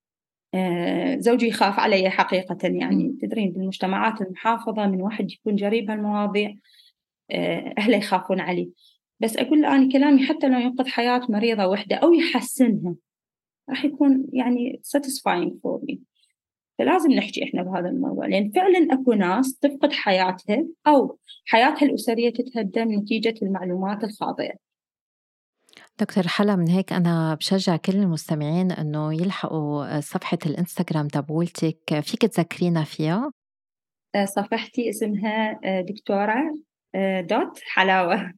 زوجي يخاف علي حقيقة، يعني تدرين بالمجتمعات المحافظة من واحد يكون جريب هالمواضيع أهله يخافون عليه، بس أقول له أنا كلامي حتى لو ينقذ حياة مريضة واحدة أو يحسنها راح يكون يعني satisfying for me. فلازم نحكي إحنا بهذا الموضوع، لأن فعلا أكو ناس تفقد حياتها أو حياتها الأسرية تتهدم نتيجة المعلومات الخاطئة. دكتور حلا، من هيك أنا بشجع كل المستمعين أنه يلحقوا صفحة الإنستغرام تبولتك، فيك تذكرينا فيها؟ صفحتي اسمها دكتورة دوت حلاوة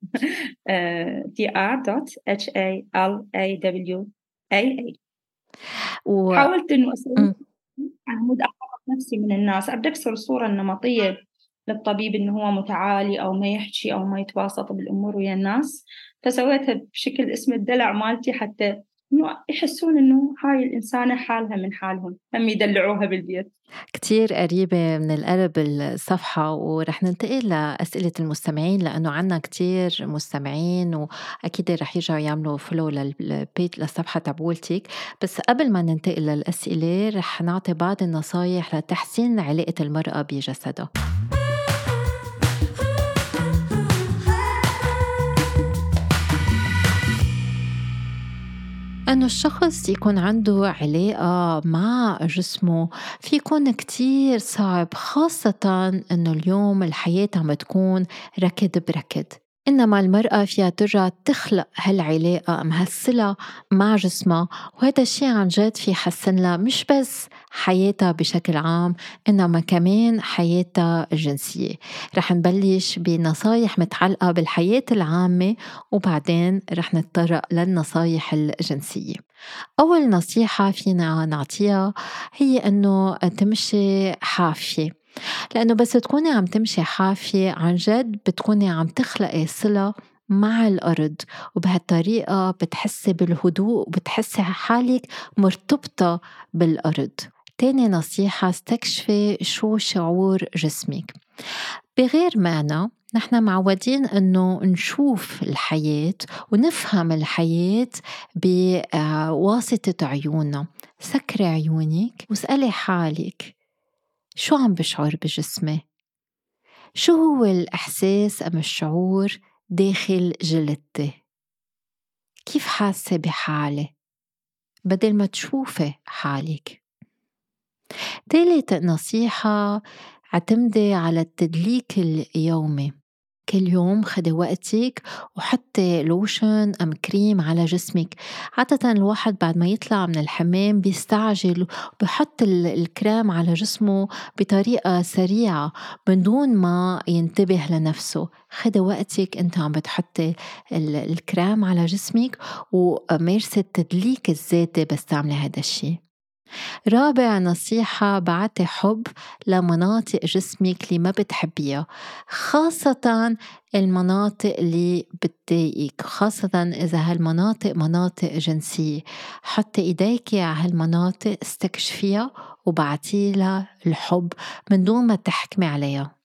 دي آر دوت إتش إيه إل إيه دبليو إيه إيه. و... حاولت إنه أسوي على مود أقرب نفسي من الناس، أبدأ أكسر الصورة النمطية للطبيب إنه هو متعالي أو ما يحكي أو ما يتواسط بالأمور ويا الناس، فسويتها بشكل اسم الدلع مالتي حتى إنه يحسون إنه هاي الإنسانة حالها من حالهم، هم يدلعوها بالبيت. كتير قريبة من القلب الصفحة، ورح ننتقل لأسئلة المستمعين لأنه عنا كتير مستمعين وأكيد رح يرجعوا يعملوا فولو للبيت للصفحة تبولتك. بس قبل ما ننتقل للأسئلة رح نعطي بعض النصايح لتحسين علاقة المرأة بجسدها. أنه الشخص يكون عنده علاقة مع جسمه في يكون كتير صعب، خاصة أنه اليوم الحياة عم تكون ركض بركض، إنما المرأة فيها ترجع تخلق هالعلاقة مهسلة مع جسمها، وهذا الشيء عن جد في حسن لها مش بس حياتها بشكل عام إنما كمان حياتها الجنسية. رح نبلش بنصايح متعلقة بالحياة العامة وبعدين رح نتطرق للنصايح الجنسية. أول نصيحة فينا نعطيها هي أنه تمشي حافية، لأنه بس تكوني عم تمشي حافية عن جد بتكوني عم تخلقي صلة مع الأرض، وبهالطريقة بتحسي بالهدوء وبتحسي حالك مرتبطة بالأرض. تاني نصيحة، استكشفي شو شعور جسمك. بغير معنى نحن معودين أنه نشوف الحياة ونفهم الحياة بواسطة عيوننا. سكري عيونك واسألي حالك شو عم بشعر بجسمي؟ شو هو الإحساس أم الشعور داخل جلدتي؟ كيف حاسة بحالي بدل ما تشوفي حالك؟ ثالث نصيحة، اعتمدي على التدليك اليومي. كل يوم خدي وقتك وحطي لوشن أم كريم على جسمك. عادة الواحد بعد ما يطلع من الحمام بيستعجل وبيحط الكريم على جسمه بطريقة سريعة من دون ما ينتبه لنفسه. خدي وقتك انت عم بتحطي الكريم على جسمك ومارسي التدليك الذاتي بس تعملي هذا الشيء. رابع نصيحة: بعتي حب لمناطق جسمك اللي ما بتحبيها، خاصة المناطق اللي بتضايقك، خاصة إذا هالمناطق مناطق جنسية. حطي إيديكي على هالمناطق، استكشفيها وبعتيلها الحب من دون ما تحكمي عليها.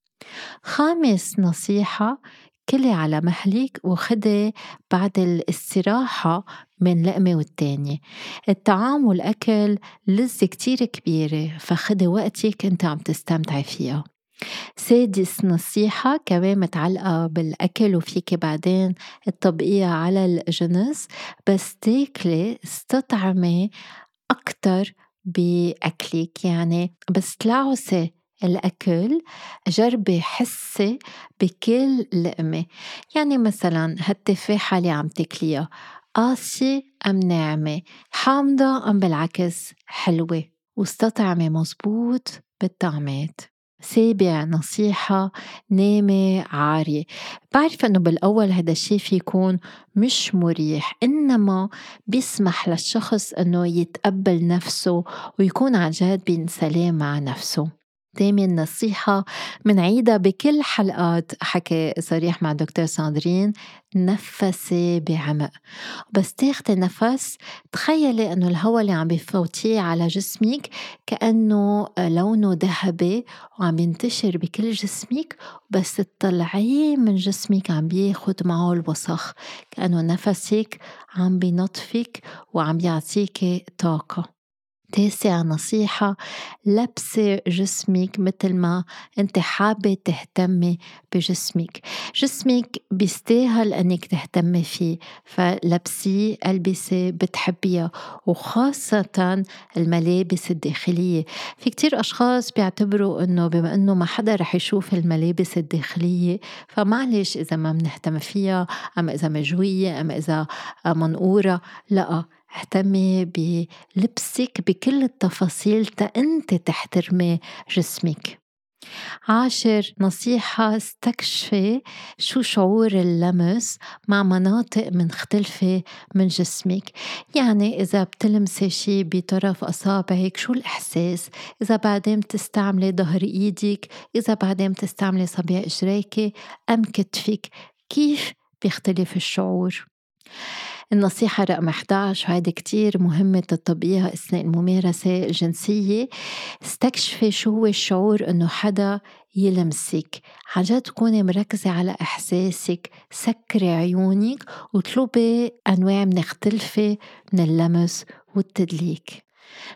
خامس نصيحة: كلي على مهلك وخدي بعد الاستراحة من لقمة والتانية. الطعام والأكل لذة كتير كبيرة، فخدي وقتك انت عم تستمتعي فيها. سادس نصيحة كمان متعلقة بالأكل وفيك بعدين التطبيقية على الجنس: بس تاكلي استطعمي أكتر بأكلك، يعني بس تلعوسي الأكل جربي حسي بكل لقمة. يعني مثلا هالتفاحة اللي عم تاكليها قاسية أم ناعمة، حامضة أم بالعكس حلوة، واستطعمي مزبوط بالطعمات. سابع نصيحة: نامي عارية. بعرف أنه بالأول هذا الشيء في يكون مش مريح، إنما بيسمح للشخص أنه يتقبل نفسه ويكون عن جد بسلام مع نفسه. تامن نصيحة منعيدها بكل حلقات حكي صريح مع دكتور ساندرين: نفسي بعمق. بس تاخدي نفس، تخيلي أنه الهواء اللي عم بفوتيه على جسمك كأنه لونه ذهبي وعم ينتشر بكل جسمك، بس تطلعيه من جسمك عم بياخد معه الوسخ، كأنه نفسك عم بينطفك وعم يعطيك طاقة. تاسع نصيحة: لبسي جسمك مثل ما انت حابة تهتمي بجسمك. جسمك بيستاهل انك تهتمي فيه، فلبسي ألبسة بتحبيها، وخاصة الملابس الداخلية. في كتير أشخاص بيعتبروا انه بما انه ما حدا رح يشوف الملابس الداخلية فمعلش إذا ما منهتم فيها، أما إذا مجوية، أما إذا منقورة. لا، اهتمي بلبسك بكل التفاصيل تا أنت تحترمي جسمك. عاشر نصيحة: استكشفي شو شعور اللمس مع مناطق مختلفة من جسمك. يعني إذا بتلمسي شي بطرف أصابعك شو الإحساس، إذا بعدين بتستعملي ظهر إيدك، إذا بعدين بتستعملي صبيع إجريكي أم كتفك، كيف بيختلف الشعور. النصيحة رقم إحدى عشر، وهيدي كتير مهمة تطبيقها أثناء الممارسة الجنسية: استكشفي شو هو الشعور إنه حدا يلمسك. عن جد تكوني مركزة على إحساسك، سكري عيونك وطلبي أنواع مختلفة من اللمس والتدليك.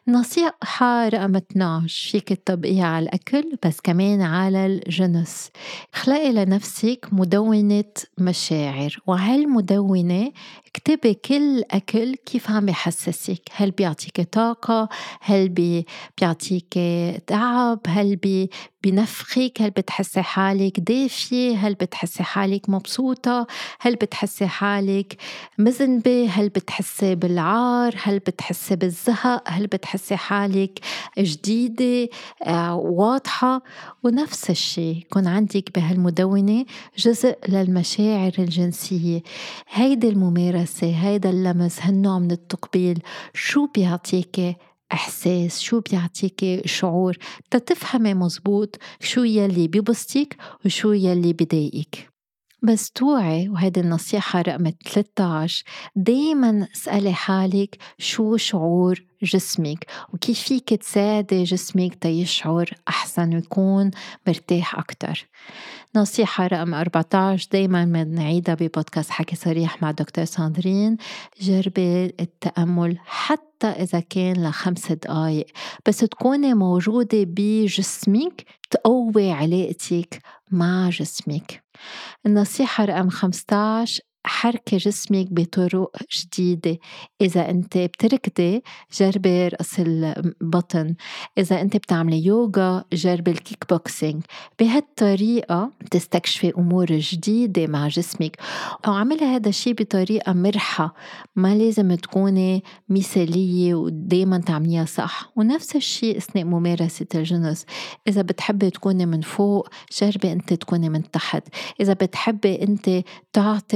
نصيحة رقم اثني عشر فيك تطبقيها على الأكل بس كمان على الجنس: خلقي لنفسك مدونة مشاعر، وهالمدونة اكتبي كل أكل كيف عم بيحسسك. هل بيعطيك طاقة؟ هل بي بيعطيك تعب؟ هل بي بنفخك؟ هل بتحسي حالك دافية؟ هل بتحسي حالك مبسوطة؟ هل بتحسي حالك مذنبة؟ هل بتحسي بالعار؟ هل بتحسي بالزهق؟ هل بتحسي حالك جديدة آه واضحة؟ ونفس الشيء يكون عندك بهالمدونة جزء للمشاعر الجنسية. هيدا الممارسة، هيدا اللمس، هالنوع من التقبيل شو بيعطيك إحساس، شو بيعطيك شعور، تتفهمي مزبوط شو يلي بيبسطك وشو يلي بيضايقك. بس توعي، وهيدي النصيحة رقم ثلاثة عشر: دايما اسألي حالك شو شعور جسمك وكيف فيك تساعدي جسمك تيشعر أحسن ويكون مرتاح أكتر. نصيحة رقم أربعة عشر دايما بنعيدها ببودكاست حكي صريح مع دكتور ساندرين: جربي التأمل حتى إذا كان لخمس دقايق، بس تكوني موجودة بجسمك تقوي علاقتك مع جسمك. النصيحة رقم خمسة عشر: حركي جسمك بطرق جديدة. إذا أنت بتركضي جربي رقص البطن، إذا أنت بتعملي يوغا جربي الكيك بوكسينج. بهالطريقة تستكشفي أمور جديدة مع جسمك، وعملي هذا الشيء بطريقة مرحة، ما لازم تكوني مثالية ودايما تعمليها صح. ونفس الشيء أثناء ممارسة الجنس، إذا بتحبي تكوني من فوق جربي أنت تكوني من تحت، إذا بتحبي أنت تعطي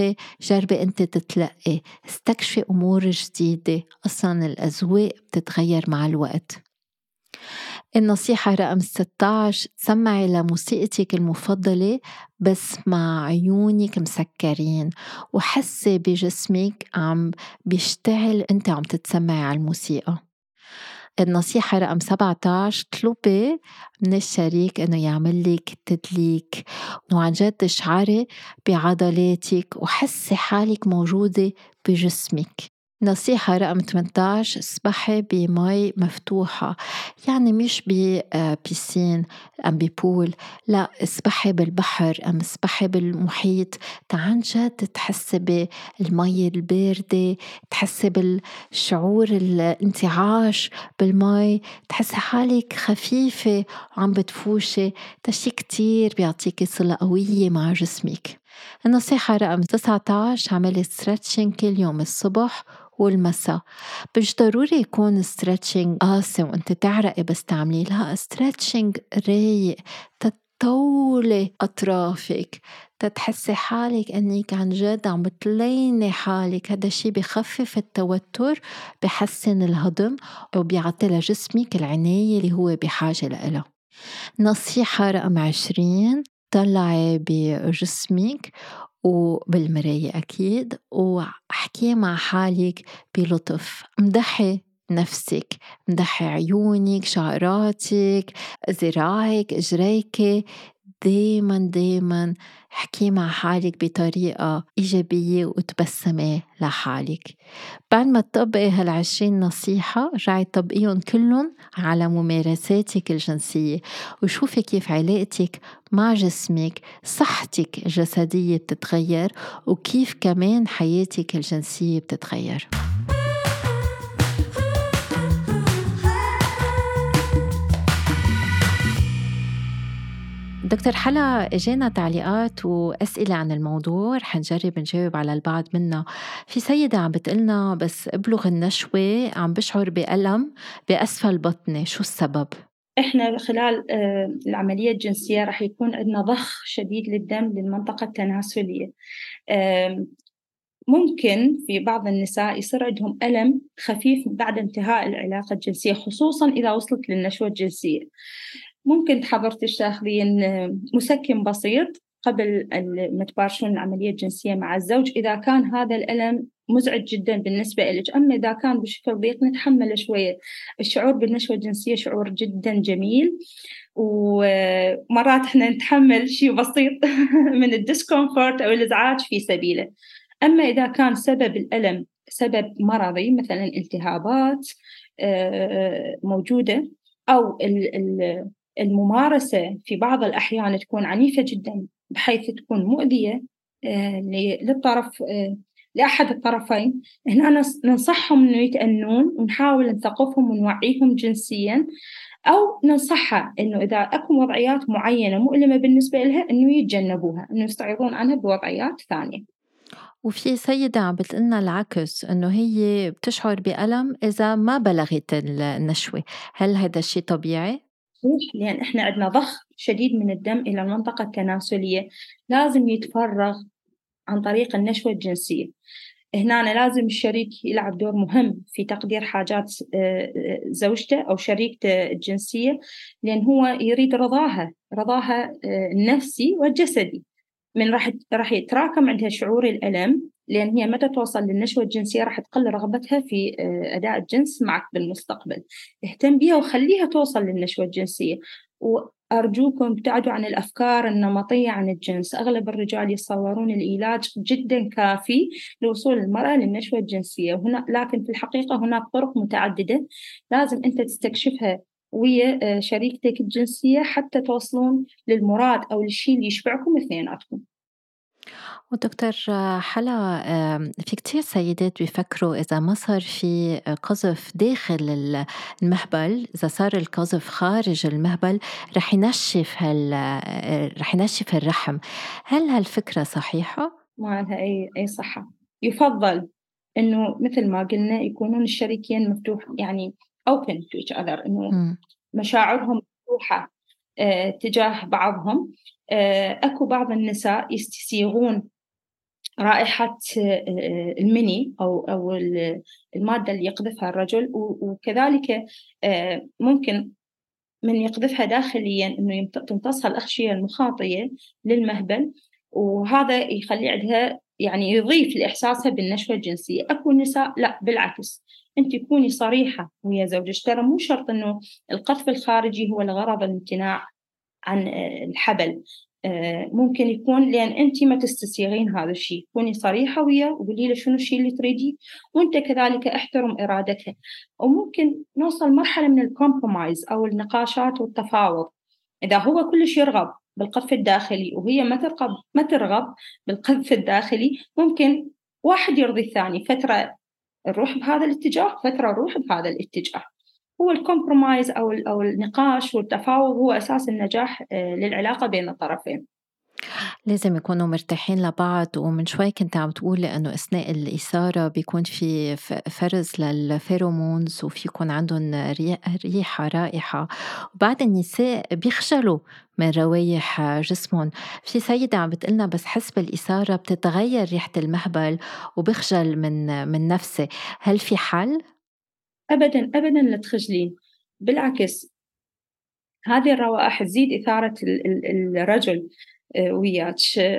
جربي أنت تتلقي، استكشفي أمور جديدة، أصلا الأذواق بتتغير مع الوقت. النصيحة رقم ستة عشر، تسمعي لموسيقتك المفضلة بس مع عيونك مسكرين، وحسي بجسمك عم بيشتعل أنت عم تتسمعي على الموسيقى. النصيحة رقم سبعة عشر، اطلبي من الشريك إنه يعمل لك تدليك، وعن جد تشعري بعضلاتك وحسي حالك موجودة بجسمك. نصيحة رقم ثمانية عشر، اسبحي بمي مفتوحة، يعني مش ببيسين أم ببول، لا، اسبحي بالبحر أم اسبحي بالمحيط، عن جد تحسي بالمي الباردة، تحسي بالشعور الانتعاش بالمي، تحسي حالك خفيفة وعم بتفوشي، تشي كتير بيعطيكي صلة قوية مع جسمك. النصيحة رقم تسعة عشر، عملي ستريتشنج كل يوم الصبح والمساء. مش ضروري يكون ستريتشنج قاسي وانت تعرقي بس تعملي، لا، ستريتشنج رايق، تطولي أطرافك، تتحسي حالك أنك عن جد عم بتليني حالك. هذا الشي بخفف التوتر، بحسن الهضم، وبيعطي لجسمك العناية اللي هو بحاجة لها. نصيحة رقم عشرين، طلعي بجسمك وبالمراية أكيد، وأحكي مع حالك بلطف، مدحي نفسك، مدحي عيونك، شعراتك، ذراعك، إجريك، دايما دايما احكي مع حالك بطريقة إيجابية وتبسمي لحالك. بعد ما تطبقي هالعشرين نصيحة، رجعي تطبقيهم كلهم على ممارساتك الجنسية، وشوفي كيف علاقتك مع جسمك، صحتك الجسدية بتتغير، وكيف كمان حياتك الجنسية بتتغير. دكتور حلا، اجينا تعليقات وأسئلة عن الموضوع، رح نجرب نجاوب على البعض منها. في سيدة عم بتقلنا بس أبلغ النشوة عم بشعر بألم بأسفل بطني، شو السبب؟ إحنا خلال آه، العملية الجنسية راح يكون عندنا ضخ شديد للدم للمنطقة التناسلية. آم، ممكن في بعض النساء يصير عندهم ألم خفيف بعد انتهاء العلاقة الجنسية، خصوصاً إذا وصلت للنشوة الجنسية. ممكن حضرتك تاخذين آه، مسكن بسيط قبل ال- ما تباشرون العملية الجنسية مع الزوج، إذا كان هذا الألم مزعج جدا بالنسبة لك. أما إذا كان بشكل ضيق نتحمل شوية. الشعور بالنشوة الجنسية شعور جدا جميل، ومرات احنا نتحمل شيء بسيط من الديسكومفورت أو الإزعاج في سبيله. أما إذا كان سبب الألم سبب مرضي، مثلا التهابات آه، موجودة، أو ال- ال- الممارسة في بعض الأحيان تكون عنيفة جدا بحيث تكون مؤذية آه، للطرف آه، لأحد الطرفين، هنا نص- ننصحهم إنه يتأنون، ونحاول نثقفهم ونوعيهم جنسيا، أو ننصحها إنه إذا أكو وضعيات معينة مؤلمة بالنسبة لها إنه يتجنبوها، إنه يستعيضون عنها بوضعيات ثانية. وفي سيدة عم بتقلنا العكس، إنه هي بتشعر بألم إذا ما بلغت النشوة، هل هذا الشيء طبيعي؟ صحيح، لأن إحنا عندنا ضخ شديد من الدم إلى المنطقة التناسلية، لازم يتفرغ عن طريق النشوة الجنسية. هنا لازم الشريك يلعب دور مهم في تقدير حاجات آه، آه، زوجته أو شريكته الجنسية، لأن هو يريد رضاها رضاها آه، النفسي والجسدي. من راح راح يتراكم عندها شعور الألم، لأن هي متى توصل للنشوة الجنسية راح تقل رغبتها في آه، أداء الجنس معك بالمستقبل. اهتم بيها وخليها توصل للنشوة الجنسية. وأرجوكم ابتعدوا عن الأفكار النمطية عن الجنس. أغلب الرجال يتصورون العلاج جدا كافي لوصول المرأة للنشوة الجنسية، وهنا لكن في الحقيقة هناك طرق متعددة لازم أنت تستكشفها ويا آه، شريكتك الجنسية حتى توصلون للمراد أو للشيء اللي يشبعكم اثنيناتكم. ودكتور حلا، آم، في كتير سيدات بيفكروا إذا ما صار في قذف داخل ال- المهبل، إذا صار القذف خارج المهبل رح ينشف هال رح ينشف الرحم، هل هالفكرة صحيحة؟ ما لها أي أي صحة. يفضل إنه مثل ما قلنا يكونون الشريكين مفتوح، يعني open to each other، إنه مم. مشاعرهم مفتوحة آه، تجاه بعضهم. آه، أكو بعض النساء يستسيغون رائحة المني أو أو المادة اللي يقذفها الرجل، وكذلك ممكن من يقذفها داخليا إنه تمتصها الأغشية المخاطية للمهبل، وهذا يخلي عندها يعني يضيف لإحساسها بالنشوة الجنسية. أكو نساء لا بالعكس، أنت تكوني صريحة ويا زوجك، ترى مو شرط إنه القذف الخارجي هو الغرض الامتناع عن الحبل، ممكن يكون لأن أنت ما تستسيغين هذا الشيء. كوني صريحة وياه وقولي له شنو الشيء اللي تريديه، وأنت كذلك احترم إرادتها. وممكن نوصل مرحلة من الكومبرومايز أو النقاشات والتفاوض. إذا هو كلش يرغب بالقذف الداخلي وهي ما ترغب ما ترغب بالقذف الداخلي، ممكن واحد يرضي الثاني، فترة نروح بهذا الاتجاه، فترة نروح بهذا الاتجاه. هو الكومبرومايز أو أو النقاش والتفاوض هو أساس النجاح للعلاقة بين الطرفين. لازم يكونوا مرتاحين لبعض. ومن شوي كنت عم تقولي أنه أثناء الإثارة بيكون في فرز للفيرومونز وفي يكون عندهم ريحة رائحة، وبعد النساء بيخجلوا من روايح جسمهم. في سيدة عم بتقلنا بس حس بالإثارة بتتغير ريحة المهبل وبخجل من من نفسه. هل في حل؟ أبداً أبداً لا تخجلين، بالعكس هذه الروائح تزيد إثارة الرجل وياك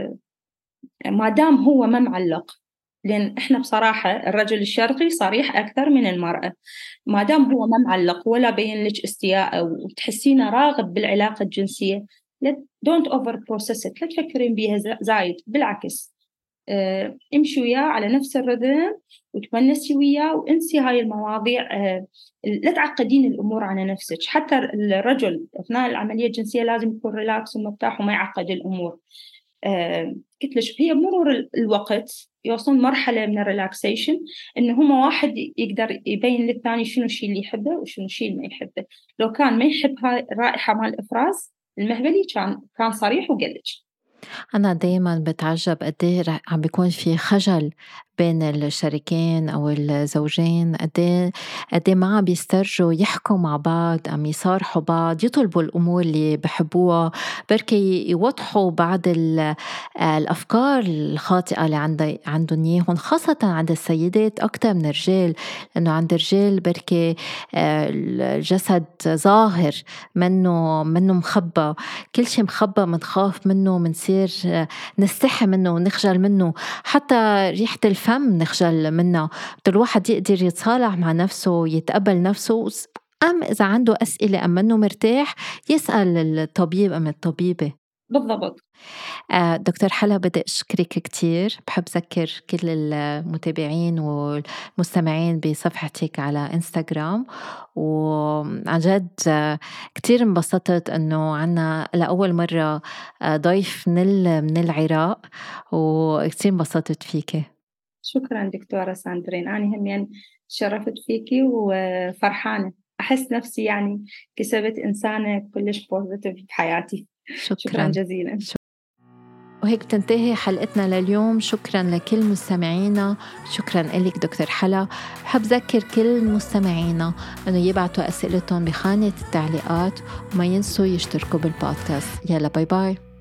ما دام هو ما معلق. لأن إحنا بصراحة الرجل الشرقي صريح أكثر من المرأة. ما دام هو ما معلق ولا بين لك استياء وتحسينه راغب بالعلاقة الجنسية، don't over process it، لا تفكرين بيها زايد، بالعكس اه امشي وياه على نفس الرذم وتونسي وياه وانسي هاي المواضيع. اه لا تعقدين الأمور على نفسك. حتى الرجل أثناء العملية الجنسية لازم يكون ريلاكس ومرتاح وما يعقد الأمور. آه قلت لك هي مرور الوقت يوصل مرحلة من الريلاكسيشن، إنه هما واحد يقدر يبين للثاني شنو الشيء اللي يحبه وشنو الشيء اللي ما يحبه. لو كان ما يحب هاي الرائحة مال الإفراز المهبلي كان كان صريح وقلج. أنا دايما بتعجب قديه عم بيكون في خجل بين الشريكين أو الزوجين، قديه قديه ما عم بيسترجوا يحكوا مع بعض، عم يصارحوا بعض، يطلبوا الأمور اللي بحبوها، بركي يوضحوا بعض الأفكار الخاطئة اللي عند عندهم إياهم، خاصة عند السيدات أكتر من الرجال، لأنه عند الرجال بركي الجسد ظاهر منه منه مخبى، كل شيء مخبى منخاف منه، منصير نستحي منه ونخجل منه، حتى ريحة الفم نخجل منها. الواحد يقدر يتصالح مع نفسه يتقبل نفسه، أم إذا عنده أسئلة أم منه مرتاح يسأل الطبيب أم الطبيبة. بالضبط. آه دكتور حلا، بدي أشكرك كتير. بحب ذكر كل المتابعين والمستمعين بصفحتك على إنستغرام، وعن جد كتير انبسطت أنه عنا لأول مرة ضيف من من العراق، وكتير انبسطت فيك. شكرا دكتورة ساندرين، أنا هم يعني شرفت فيكي وفرحانة، أحس نفسي يعني كسبت إنسانة كلش بوزيتيف بحياتي. شكرا, شكرا جزيلا. وهيك بتنتهي حلقتنا لليوم. شكرا لكل مستمعينا، شكرا لك دكتور حلا. بحب ذكر كل مستمعينا أنه يبعتوا أسئلتهم بخانة التعليقات، وما ينسوا يشتركوا بالبودكاست. يلا باي باي.